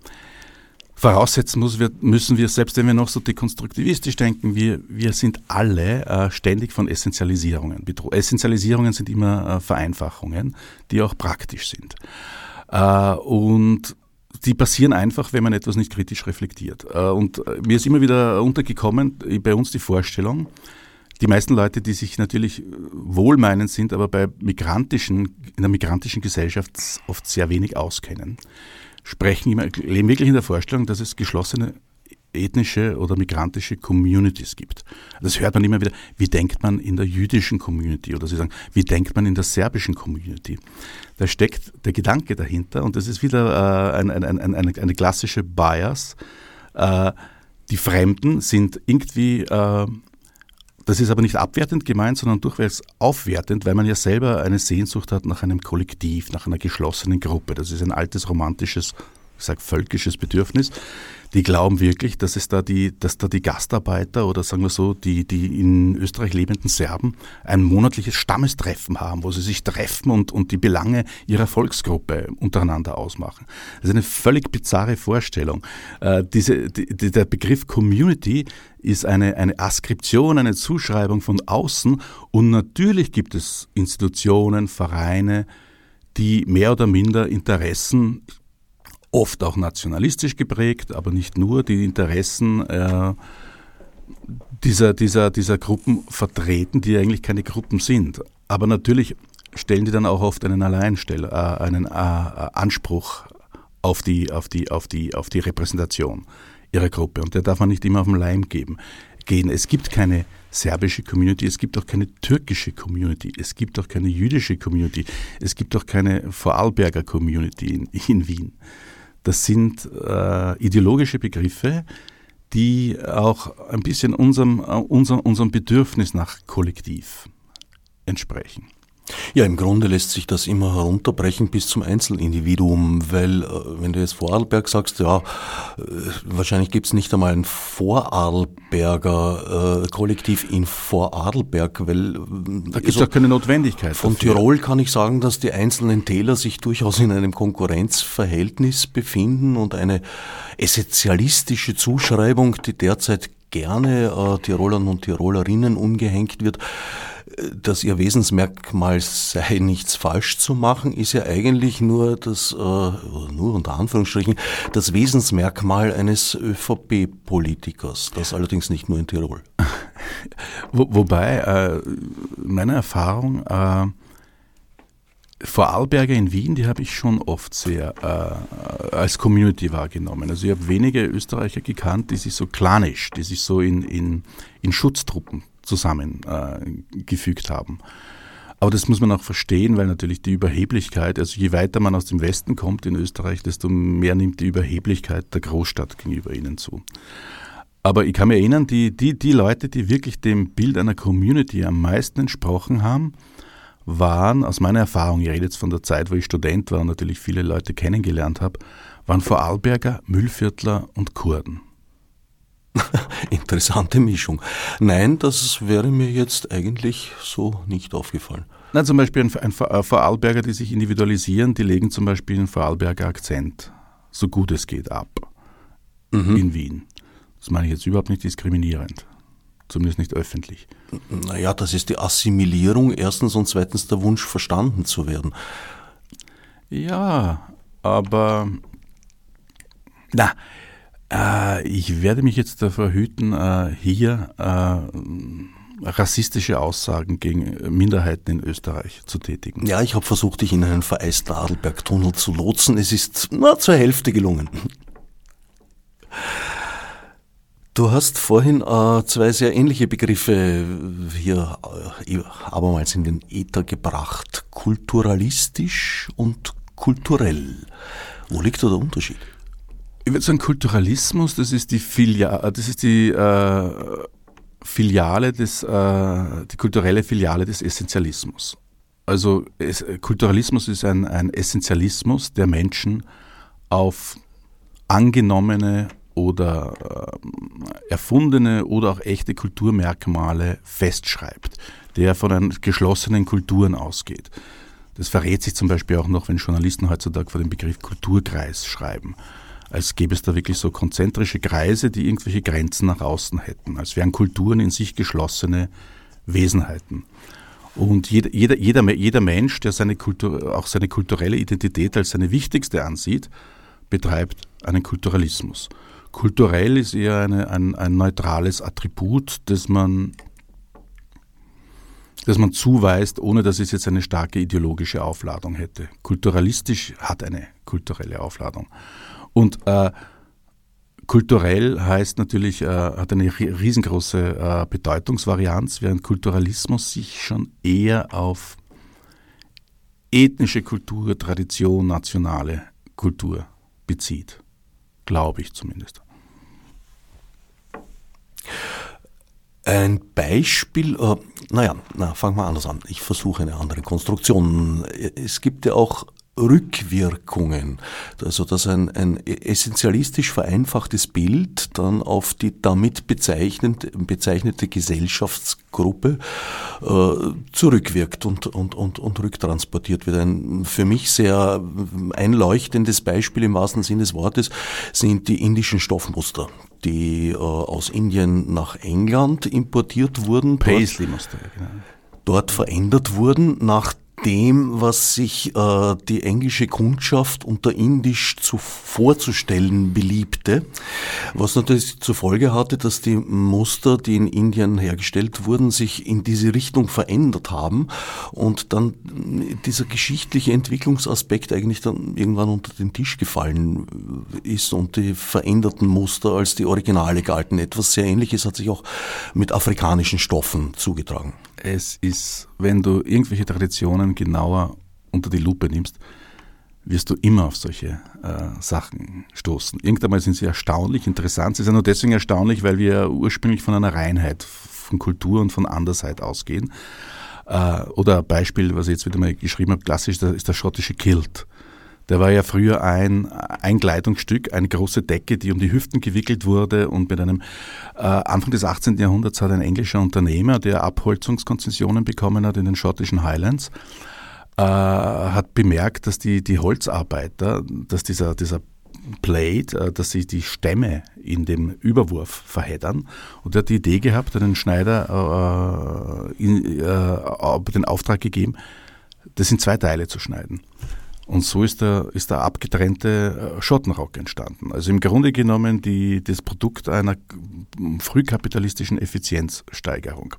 Voraussetzen muss, wir, müssen wir, selbst wenn wir noch so dekonstruktivistisch denken, wir, wir sind alle äh, ständig von Essentialisierungen bedroht. Essentialisierungen sind immer äh, Vereinfachungen, die auch praktisch sind. Äh, und die passieren einfach, wenn man etwas nicht kritisch reflektiert. Äh, und mir ist immer wieder untergekommen, bei uns die Vorstellung, die meisten Leute, die sich natürlich wohlmeinend sind, aber bei migrantischen, in der migrantischen Gesellschaft oft sehr wenig auskennen, sprechen immer, leben wirklich in der Vorstellung, dass es geschlossene ethnische oder migrantische Communities gibt. Das hört man immer wieder. Wie denkt man in der jüdischen Community? Oder sie sagen, wie denkt man in der serbischen Community? Da steckt der Gedanke dahinter und das ist wieder äh, ein, ein, ein, eine, eine klassische Bias. Äh, die Fremden sind irgendwie... Äh, Das ist aber nicht abwertend gemeint, sondern durchwegs aufwertend, weil man ja selber eine Sehnsucht hat nach einem Kollektiv, nach einer geschlossenen Gruppe. Das ist ein altes romantisches, ich sage völkisches Bedürfnis. Die glauben wirklich, dass es da die, dass da die Gastarbeiter oder sagen wir so, die, die in Österreich lebenden Serben ein monatliches Stammestreffen haben, wo sie sich treffen und, und die Belange ihrer Volksgruppe untereinander ausmachen. Das ist eine völlig bizarre Vorstellung. Äh, diese, die, der Begriff Community ist eine, eine Askription, eine Zuschreibung von außen und natürlich gibt es Institutionen, Vereine, die mehr oder minder Interessen, oft auch nationalistisch geprägt, aber nicht nur, die Interessen äh, dieser, dieser, dieser Gruppen vertreten, die eigentlich keine Gruppen sind. Aber natürlich stellen die dann auch oft einen Alleinstell, äh, einen äh, Anspruch auf die, auf die, auf die, auf die Repräsentation ihrer Gruppe. Und der darf man nicht immer auf den Leim geben, gehen. Es gibt keine serbische Community, es gibt auch keine türkische Community, es gibt auch keine jüdische Community, es gibt auch keine Vorarlberger Community in, in Wien. Das sind äh, ideologische Begriffe, die auch ein bisschen unserem, unserem, unserem Bedürfnis nach Kollektiv entsprechen. Ja, im Grunde lässt sich das immer herunterbrechen bis zum Einzelindividuum, weil wenn du jetzt Vorarlberg sagst, ja, wahrscheinlich gibt es nicht einmal ein Vorarlberger äh, Kollektiv in Vorarlberg, weil da gibt es also auch keine Notwendigkeit. Von dafür. Tirol kann ich sagen, dass die einzelnen Täler sich durchaus in einem Konkurrenzverhältnis befinden und eine essentialistische Zuschreibung, die derzeit gerne äh, Tirolern und Tirolerinnen umgehängt wird, dass ihr Wesensmerkmal sei, nichts falsch zu machen, ist ja eigentlich nur das, äh, nur unter Anführungsstrichen, das Wesensmerkmal eines ÖVP-Politikers. Das allerdings nicht nur in Tirol. Wo, wobei, äh, meine Erfahrung, äh, Vorarlberger in Wien, die habe ich schon oft sehr äh, als Community wahrgenommen. Also ich habe wenige Österreicher gekannt, die sich so clanisch, die sich so in, in, in Schutztruppen zusammengefügt äh, haben. Aber das muss man auch verstehen, weil natürlich die Überheblichkeit, also je weiter man aus dem Westen kommt in Österreich, desto mehr nimmt die Überheblichkeit der Großstadt gegenüber ihnen zu. Aber ich kann mich erinnern, die, die, die Leute, die wirklich dem Bild einer Community am meisten entsprochen haben, waren, aus meiner Erfahrung, ich rede jetzt von der Zeit, wo ich Student war und natürlich viele Leute kennengelernt habe, waren Vorarlberger, Müllviertler und Kurden. Interessante Mischung. Nein, das wäre mir jetzt eigentlich so nicht aufgefallen. Na, zum Beispiel ein, ein Vorarlberger, die sich individualisieren, die legen zum Beispiel einen Vorarlberger Akzent, so gut es geht, ab mhm. in Wien. Das meine ich jetzt überhaupt nicht diskriminierend, zumindest nicht öffentlich. Naja, das ist die Assimilierung erstens und zweitens der Wunsch, verstanden zu werden. Ja, aber na, Ich werde mich jetzt davor hüten, hier rassistische Aussagen gegen Minderheiten in Österreich zu tätigen. Ja, ich habe versucht, dich in einen vereisten Adelberg-Tunnel zu lotsen. Es ist na, zur Hälfte gelungen. Du hast vorhin äh, zwei sehr ähnliche Begriffe hier äh, abermals in den Äther gebracht. Kulturalistisch und kulturell. Wo liegt da der Unterschied? Ich würde sagen, Kulturalismus, das ist die Filiale, das ist die äh, Filiale des, äh, die kulturelle Filiale des Essentialismus. Also es, Kulturalismus ist ein, ein Essentialismus, der Menschen auf angenommene oder äh, erfundene oder auch echte Kulturmerkmale festschreibt, der von einen geschlossenen Kulturen ausgeht. Das verrät sich zum Beispiel auch noch, wenn Journalisten heutzutage vor dem Begriff Kulturkreis schreiben, als gäbe es da wirklich so konzentrische Kreise, die irgendwelche Grenzen nach außen hätten, als wären Kulturen in sich geschlossene Wesenheiten. Und jeder, jeder, jeder, jeder Mensch, der seine Kultur, auch seine kulturelle Identität als seine wichtigste ansieht, betreibt einen Kulturalismus. Kulturell ist eher eine, ein, ein neutrales Attribut, das man, das man zuweist, ohne dass es jetzt eine starke ideologische Aufladung hätte. Kulturalistisch hat eine kulturelle Aufladung. Und äh, kulturell heißt natürlich, äh, hat eine riesengroße äh, Bedeutungsvarianz, während Kulturalismus sich schon eher auf ethnische Kultur, Tradition, nationale Kultur bezieht. Glaube ich zumindest. Ein Beispiel, äh, naja, na, fangen wir anders an. Ich versuche eine andere Konstruktion. Es gibt ja auch Rückwirkungen, also dass ein, ein essentialistisch vereinfachtes Bild dann auf die damit bezeichnete, bezeichnete Gesellschaftsgruppe äh, zurückwirkt und, und, und, und rücktransportiert wird. Ein für mich sehr einleuchtendes Beispiel im wahrsten Sinne des Wortes sind die indischen Stoffmuster, die äh, aus Indien nach England importiert wurden. Paisley-Muster, genau. Dort verändert wurden nach dem, was sich äh, die englische Kundschaft unter Indisch zu, vorzustellen beliebte, was natürlich zur Folge hatte, dass die Muster, die in Indien hergestellt wurden, sich in diese Richtung verändert haben und dann dieser geschichtliche Entwicklungsaspekt eigentlich dann irgendwann unter den Tisch gefallen ist und die veränderten Muster als die Originale galten. Etwas sehr Ähnliches hat sich auch mit afrikanischen Stoffen zugetragen. Es ist, wenn du irgendwelche Traditionen genauer unter die Lupe nimmst, wirst du immer auf solche äh, Sachen stoßen. Irgendwann sind sie erstaunlich interessant. Sie sind nur deswegen erstaunlich, weil wir ursprünglich von einer Reinheit von Kultur und von Andersheit ausgehen. Äh, oder ein Beispiel, was ich jetzt wieder mal geschrieben habe, klassisch, das ist der schottische Kilt. Der war ja früher ein, ein Kleidungsstück, eine große Decke, die um die Hüften gewickelt wurde und mit einem, äh, Anfang des achtzehnten. Jahrhunderts hat ein englischer Unternehmer, der Abholzungskonzessionen bekommen hat in den schottischen Highlands, äh, hat bemerkt, dass die, die Holzarbeiter, dass dieser, dieser Plate, äh, dass sie die Stämme in dem Überwurf verheddern, und er hat die Idee gehabt, einen Schneider äh, in, äh, den Auftrag gegeben, das in zwei Teile zu schneiden. Und so ist der, ist der abgetrennte Schottenrock entstanden. Also im Grunde genommen die, das Produkt einer frühkapitalistischen Effizienzsteigerung.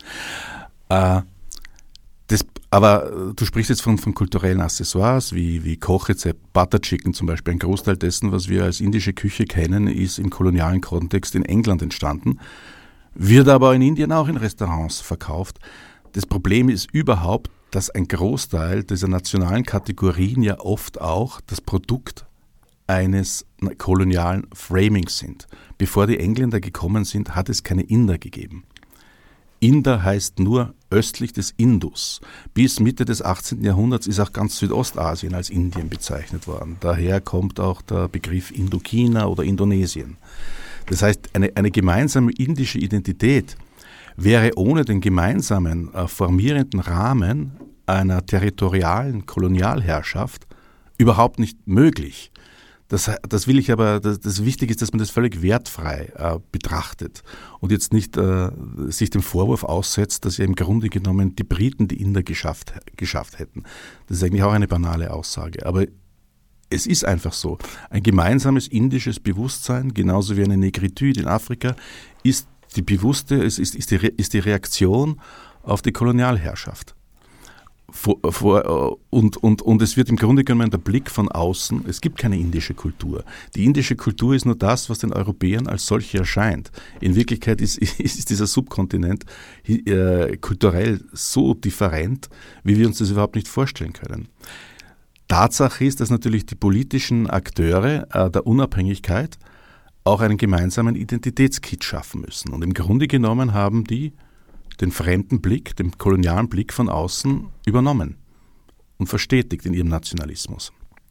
Äh, das, aber du sprichst jetzt von, von kulturellen Accessoires wie, wie Kochrezept, Butter Chicken zum Beispiel. Ein Großteil dessen, was wir als indische Küche kennen, ist im kolonialen Kontext in England entstanden, wird aber in Indien auch in Restaurants verkauft. Das Problem ist überhaupt, dass ein Großteil dieser nationalen Kategorien ja oft auch das Produkt eines kolonialen Framings sind. Bevor die Engländer gekommen sind, hat es keine Inder gegeben. Inder heißt nur östlich des Indus. Bis Mitte des achtzehnten. Jahrhunderts ist auch ganz Südostasien als Indien bezeichnet worden. Daher kommt auch der Begriff Indochina oder Indonesien. Das heißt, eine, eine gemeinsame indische Identität wäre ohne den gemeinsamen äh, formierenden Rahmen einer territorialen Kolonialherrschaft überhaupt nicht möglich. Das, das will ich aber, das, das Wichtige ist, dass man das völlig wertfrei äh, betrachtet und jetzt nicht äh, sich dem Vorwurf aussetzt, dass ja im Grunde genommen die Briten die Inder geschafft, geschafft hätten. Das ist eigentlich auch eine banale Aussage, aber es ist einfach so. Ein gemeinsames indisches Bewusstsein, genauso wie eine Negritude in Afrika, ist die bewusste, es ist, ist, die, ist die Reaktion auf die Kolonialherrschaft. Vor, vor, und, und, und es wird im Grunde genommen der Blick von außen, es gibt keine indische Kultur. Die indische Kultur ist nur das, was den Europäern als solche erscheint. In Wirklichkeit ist, ist dieser Subkontinent äh, kulturell so different, wie wir uns das überhaupt nicht vorstellen können. Tatsache ist, dass natürlich die politischen Akteure äh, der Unabhängigkeit auch einen gemeinsamen Identitätskit schaffen müssen. Und im Grunde genommen haben die den fremden Blick, den kolonialen Blick von außen übernommen und verstetigt in ihrem Nationalismus.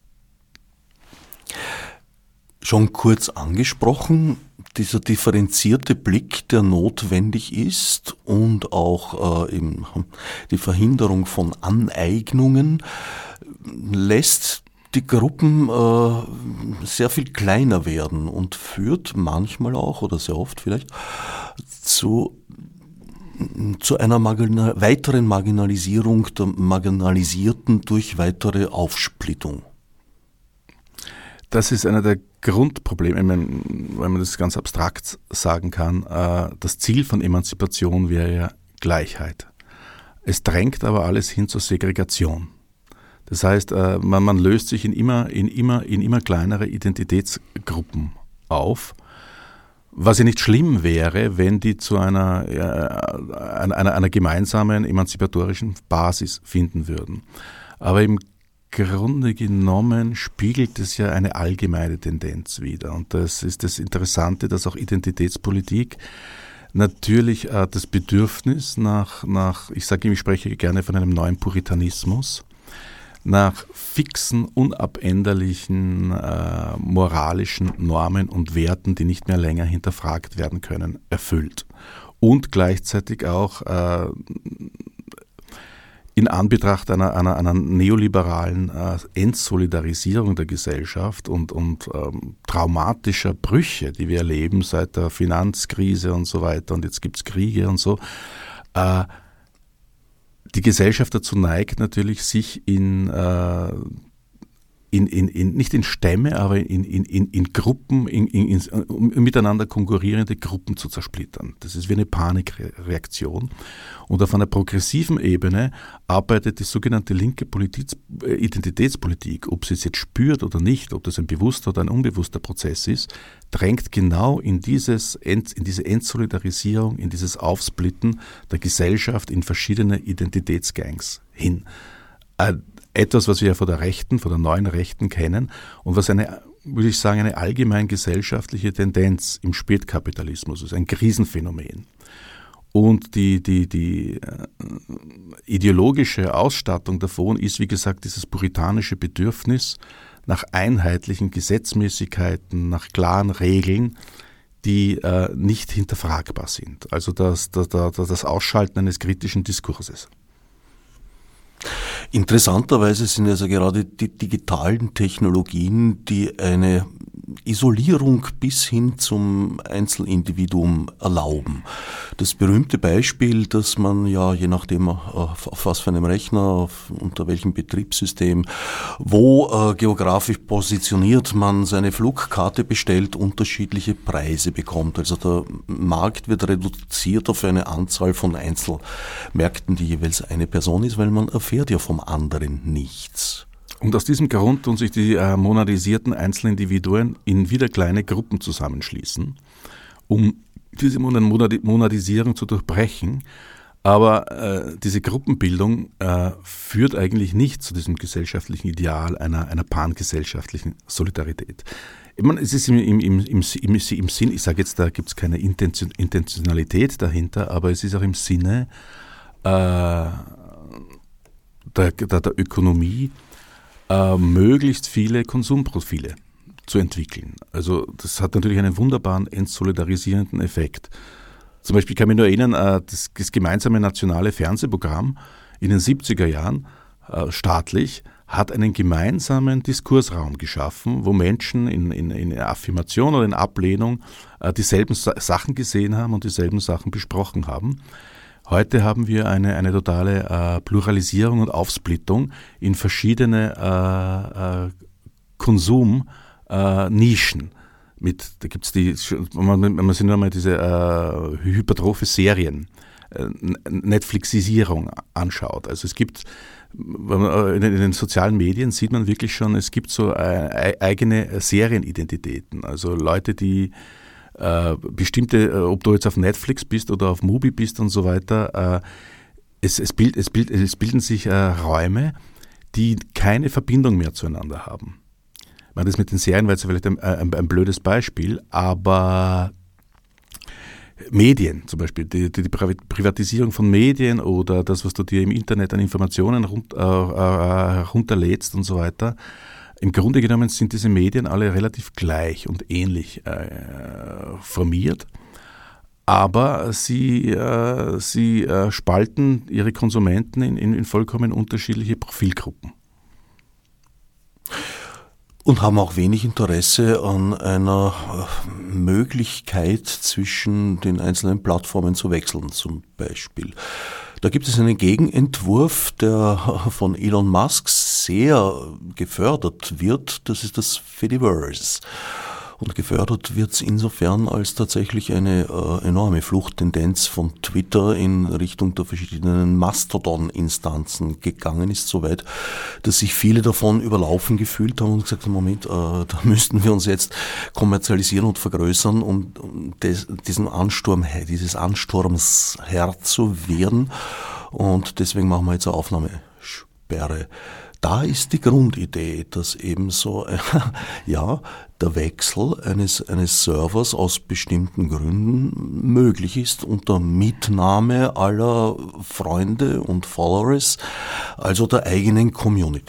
Schon kurz angesprochen, dieser differenzierte Blick, der notwendig ist und auch äh, eben die Verhinderung von Aneignungen lässt die Gruppen äh, sehr viel kleiner werden und führt manchmal auch oder sehr oft vielleicht zu zu einer marginal, weiteren Marginalisierung der Marginalisierten durch weitere Aufsplittung. Das ist einer der Grundprobleme, wenn man das ganz abstrakt sagen kann. Das Ziel von Emanzipation wäre ja Gleichheit. Es drängt aber alles hin zur Segregation. Das heißt, man, man löst sich in immer, in, immer, in immer kleinere Identitätsgruppen auf, was ja nicht schlimm wäre, wenn die zu einer, äh, einer, einer gemeinsamen emanzipatorischen Basis finden würden. Aber im Grunde genommen spiegelt es ja eine allgemeine Tendenz wider. Und das ist das Interessante, dass auch Identitätspolitik natürlich äh, das Bedürfnis nach, nach, ich sage, ich spreche gerne von einem neuen Puritanismus, nach fixen, unabänderlichen äh, moralischen Normen und Werten, die nicht mehr länger hinterfragt werden können, erfüllt. Und gleichzeitig auch äh, in Anbetracht einer, einer, einer neoliberalen äh, Entsolidarisierung der Gesellschaft und, und ähm, traumatischer Brüche, die wir erleben seit der Finanzkrise und so weiter, und jetzt gibt es Kriege und so, äh, die Gesellschaft dazu neigt natürlich, sich in, äh, in, in, in nicht in Stämme, aber in, in, in, in Gruppen, in, in, in, um, miteinander konkurrierende Gruppen zu zersplittern. Das ist wie eine Panikreaktion. Und auf einer progressiven Ebene arbeitet die sogenannte linke Politik, Identitätspolitik, ob sie es jetzt spürt oder nicht, ob das ein bewusster oder ein unbewusster Prozess ist, drängt genau in, dieses, in diese Entsolidarisierung, in dieses Aufsplitten der Gesellschaft in verschiedene Identitätsgangs hin. Etwas, was wir ja von der Rechten, von der neuen Rechten kennen und was eine, würde ich sagen, eine allgemein gesellschaftliche Tendenz im Spätkapitalismus ist, ein Krisenphänomen. Und die, die, die äh, ideologische Ausstattung davon ist, wie gesagt, dieses puritanische Bedürfnis nach einheitlichen Gesetzmäßigkeiten, nach klaren Regeln, die äh, nicht hinterfragbar sind. Also das, das, das Ausschalten eines kritischen Diskurses. Interessanterweise sind also gerade die digitalen Technologien, die eine Isolierung bis hin zum Einzelindividuum erlauben. Das berühmte Beispiel, dass man ja je nachdem auf, auf was für einem Rechner, auf, unter welchem Betriebssystem, wo äh, geografisch positioniert man seine Flugkarte bestellt, unterschiedliche Preise bekommt. Also der Markt wird reduziert auf eine Anzahl von Einzelmärkten, die jeweils eine Person ist, weil man erfährt ja vom anderen nichts. Und aus diesem Grund tun sich die äh, monadisierten Einzelindividuen in wieder kleine Gruppen zusammenschließen, um diese Monad- Monadisierung zu durchbrechen. Aber äh, diese Gruppenbildung äh, führt eigentlich nicht zu diesem gesellschaftlichen Ideal einer, einer pangesellschaftlichen Solidarität. Ich meine, es ist im, im, im, im, im, im Sinn, ich sage jetzt, da gibt es keine Intention, Intentionalität dahinter, aber es ist auch im Sinne äh, der, der, der Ökonomie, Äh, möglichst viele Konsumprofile zu entwickeln. Also das hat natürlich einen wunderbaren entsolidarisierenden Effekt. Zum Beispiel kann ich mich nur erinnern, äh, das, das gemeinsame nationale Fernsehprogramm in den siebziger Jahren, äh, staatlich, hat einen gemeinsamen Diskursraum geschaffen, wo Menschen in, in, in Affirmation oder in Ablehnung äh, dieselben Sa- Sachen gesehen haben und dieselben Sachen besprochen haben. Heute haben wir eine, eine totale äh, Pluralisierung und Aufsplittung in verschiedene äh, äh, Konsumnischen. Äh, mit, da gibt's die, man, man sieht nur mal diese äh, hypertrophe Serien, äh, Netflixisierung anschaut. Also es gibt, in den sozialen Medien sieht man wirklich schon, es gibt so äh, eigene Serienidentitäten. Also Leute, die äh, bestimmte, äh, ob du jetzt auf Netflix bist oder auf Mubi bist und so weiter, äh, es, es, bild, es, bild, es bilden sich äh, Räume, die keine Verbindung mehr zueinander haben. Ich meine, das mit den Serien war jetzt vielleicht ein, ein, ein blödes Beispiel, aber Medien zum Beispiel, die, die Privatisierung von Medien oder das, was du dir im Internet an Informationen rund, äh, äh, herunterlädst und so weiter, im Grunde genommen sind diese Medien alle relativ gleich und ähnlich äh, formiert, aber sie, äh, sie äh, spalten ihre Konsumenten in, in, in vollkommen unterschiedliche Profilgruppen. Und haben auch wenig Interesse an einer Möglichkeit zwischen den einzelnen Plattformen zu wechseln, zum Beispiel. Da gibt es einen Gegenentwurf, der von Elon Musk sehr gefördert wird, das ist das Fediverse. Und gefördert wird es insofern, als tatsächlich eine äh, enorme Fluchttendenz von Twitter in Richtung der verschiedenen Mastodon-Instanzen gegangen ist, soweit, dass sich viele davon überlaufen gefühlt haben und gesagt haben, Moment, äh, da müssten wir uns jetzt kommerzialisieren und vergrößern, um, um des, diesen Ansturm, dieses Ansturms Herr zu werden. Und deswegen machen wir jetzt eine Aufnahmesperre. Da ist die Grundidee, dass eben so, äh, ja, der Wechsel eines, eines Servers aus bestimmten Gründen möglich ist unter Mitnahme aller Freunde und Followers, also der eigenen Community.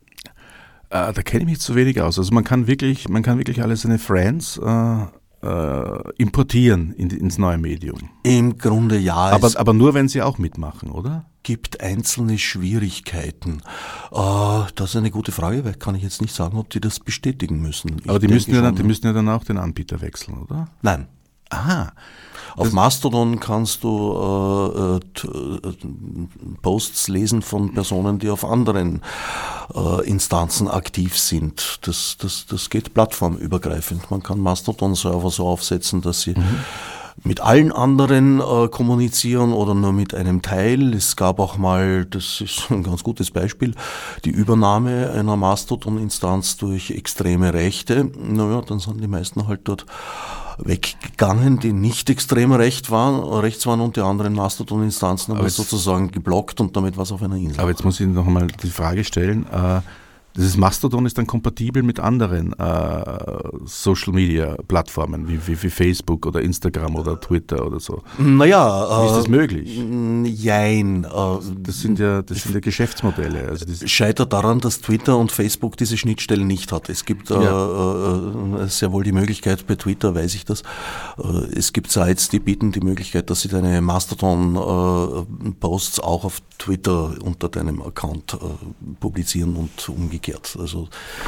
Äh, da kenne ich mich zu wenig aus. Also man kann wirklich, man kann wirklich alle seine Friends äh, äh, importieren in, ins neue Medium. Im Grunde ja. Aber, aber nur, wenn sie auch mitmachen, oder? Gibt einzelne Schwierigkeiten. Äh, das ist eine gute Frage, weil kann ich jetzt nicht sagen, ob die das bestätigen müssen. Ich Aber die müssen, ja dann, die schon, müssen ja dann auch den Anbieter wechseln, oder? Nein. Aha. Auf Mastodon kannst du äh, äh, Posts lesen von Personen, die auf anderen äh, Instanzen aktiv sind. Das, das, das geht plattformübergreifend. Man kann Mastodon-Server so aufsetzen, dass sie mhm. mit allen anderen äh, kommunizieren oder nur mit einem Teil. Es gab auch mal, das ist ein ganz gutes Beispiel, die Übernahme einer Mastodon-Instanz durch extreme Rechte. Naja, dann sind die meisten halt dort weggegangen, die nicht extrem recht waren, rechts waren und die anderen Mastodon-Instanzen haben das sozusagen geblockt und damit war es auf einer Insel. Aber jetzt muss ich noch einmal die Frage stellen, äh, dieses Mastodon ist dann kompatibel mit anderen äh, Social-Media-Plattformen wie, wie, wie Facebook oder Instagram oder Twitter oder so. Naja. Wie ist das äh, möglich? Jein. Äh, das sind ja, das sind ja Geschäftsmodelle. Also das scheitert daran, dass Twitter und Facebook diese Schnittstellen nicht hat. Es gibt ja. äh, sehr wohl die Möglichkeit, bei Twitter weiß ich das, äh, es gibt Sites, die bieten die Möglichkeit, dass sie deine Mastodon-Posts äh, auch auf Twitter unter deinem Account äh, publizieren und umgekehrt. Also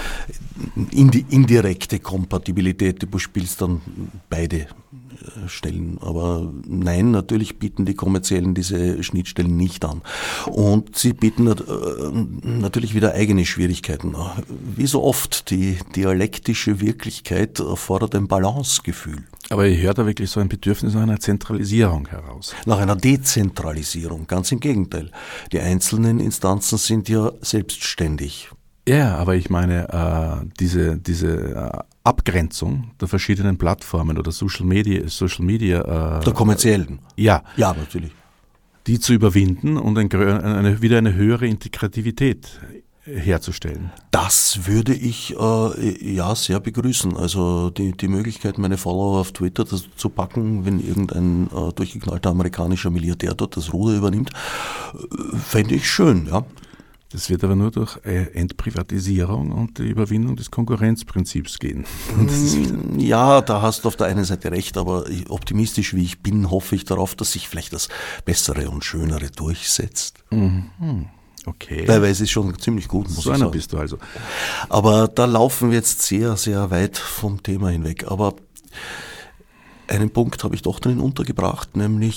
indi- indirekte Kompatibilität, du spielst dann beide Stellen. Aber nein, natürlich bieten die Kommerziellen diese Schnittstellen nicht an. Und sie bieten äh, natürlich wieder eigene Schwierigkeiten. Wie so oft, die dialektische Wirklichkeit erfordert ein Balancegefühl. Aber ich höre da wirklich so ein Bedürfnis nach einer Zentralisierung heraus. Nach einer Dezentralisierung, ganz im Gegenteil. Die einzelnen Instanzen sind ja selbstständig. Ja, aber ich meine, äh, diese, diese äh, Abgrenzung der verschiedenen Plattformen oder Social Media, Social Media äh, der kommerziellen. Ja. Ja, natürlich. Die zu überwinden und ein, eine, wieder eine höhere Integrativität herzustellen. Das würde ich äh, ja sehr begrüßen. Also die, die Möglichkeit, meine Follower auf Twitter das zu packen, wenn irgendein äh, durchgeknallter amerikanischer Milliardär dort das Ruder übernimmt, äh, fände ich schön, ja. Das wird aber nur durch Entprivatisierung und die Überwindung des Konkurrenzprinzips gehen. Ja, da hast du auf der einen Seite recht, aber optimistisch wie ich bin, hoffe ich darauf, dass sich vielleicht das Bessere und Schönere durchsetzt. Mhm. Okay. Teilweise ist schon ziemlich gut, muss so ich einer sagen. bist du also. Aber da laufen wir jetzt sehr, sehr weit vom Thema hinweg. Aber einen Punkt habe ich doch drin untergebracht, nämlich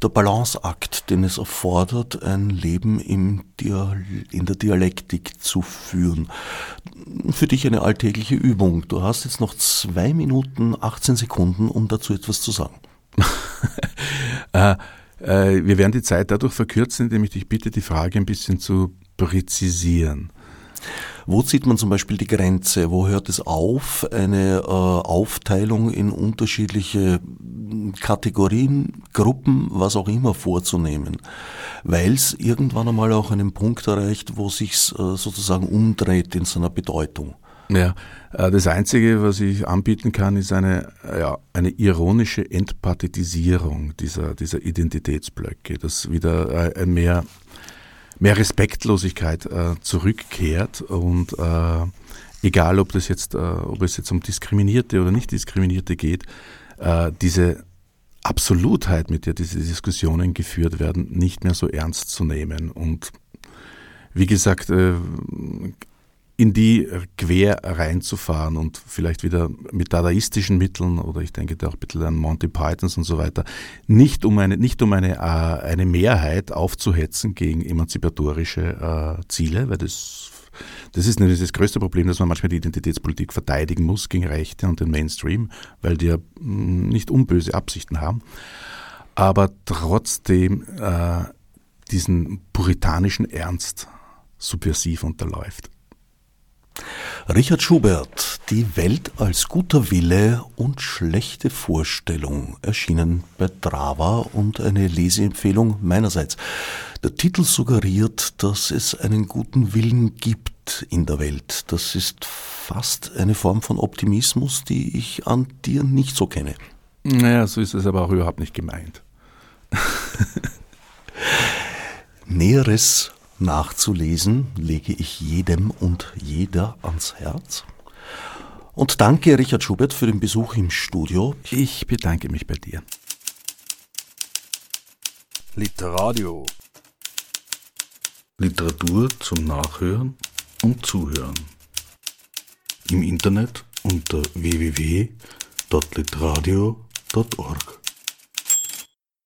der Balanceakt, den es erfordert, ein Leben im Dial- in der Dialektik zu führen. Für dich eine alltägliche Übung. Du hast jetzt noch zwei Minuten, achtzehn Sekunden, um dazu etwas zu sagen. äh, äh, wir werden die Zeit dadurch verkürzen, indem ich dich bitte, die Frage ein bisschen zu präzisieren. Wo zieht man zum Beispiel die Grenze? Wo hört es auf, eine äh, Aufteilung in unterschiedliche Kategorien, Gruppen, was auch immer vorzunehmen? Weil es irgendwann einmal auch einen Punkt erreicht, wo sich's äh, sozusagen umdreht in seiner Bedeutung. Ja, äh, das Einzige, was ich anbieten kann, ist eine, ja, eine ironische Entpartitisierung dieser, dieser Identitätsblöcke, dass wieder äh, ein mehr mehr Respektlosigkeit äh, zurückkehrt und äh, egal, ob das jetzt, äh, ob es jetzt um Diskriminierte oder nicht Diskriminierte geht, äh, diese Absolutheit, mit der diese Diskussionen geführt werden, nicht mehr so ernst zu nehmen und wie gesagt, äh, in die quer reinzufahren und vielleicht wieder mit dadaistischen Mitteln oder ich denke da auch ein bisschen an Monty Pythons und so weiter, nicht um eine, nicht um eine, eine Mehrheit aufzuhetzen gegen emanzipatorische äh, Ziele, weil das, das ist nämlich das größte Problem, dass man manchmal die Identitätspolitik verteidigen muss gegen Rechte und den Mainstream, weil die ja nicht unböse Absichten haben, aber trotzdem äh, diesen puritanischen Ernst subversiv unterläuft. Richard Schubert, Die Welt als guter Wille und schlechte Vorstellung, erschienen bei Drava und eine Leseempfehlung meinerseits. Der Titel suggeriert, dass es einen guten Willen gibt in der Welt. Das ist fast eine Form von Optimismus, die ich an dir nicht so kenne. Naja, so ist es aber auch überhaupt nicht gemeint. Näheres nachzulesen lege ich jedem und jeder ans Herz. Und danke, Richard Schubert, für den Besuch im Studio. Ich bedanke mich bei dir. Literadio. Literatur zum Nachhören und Zuhören. Im Internet unter w w w punkt literadio punkt org.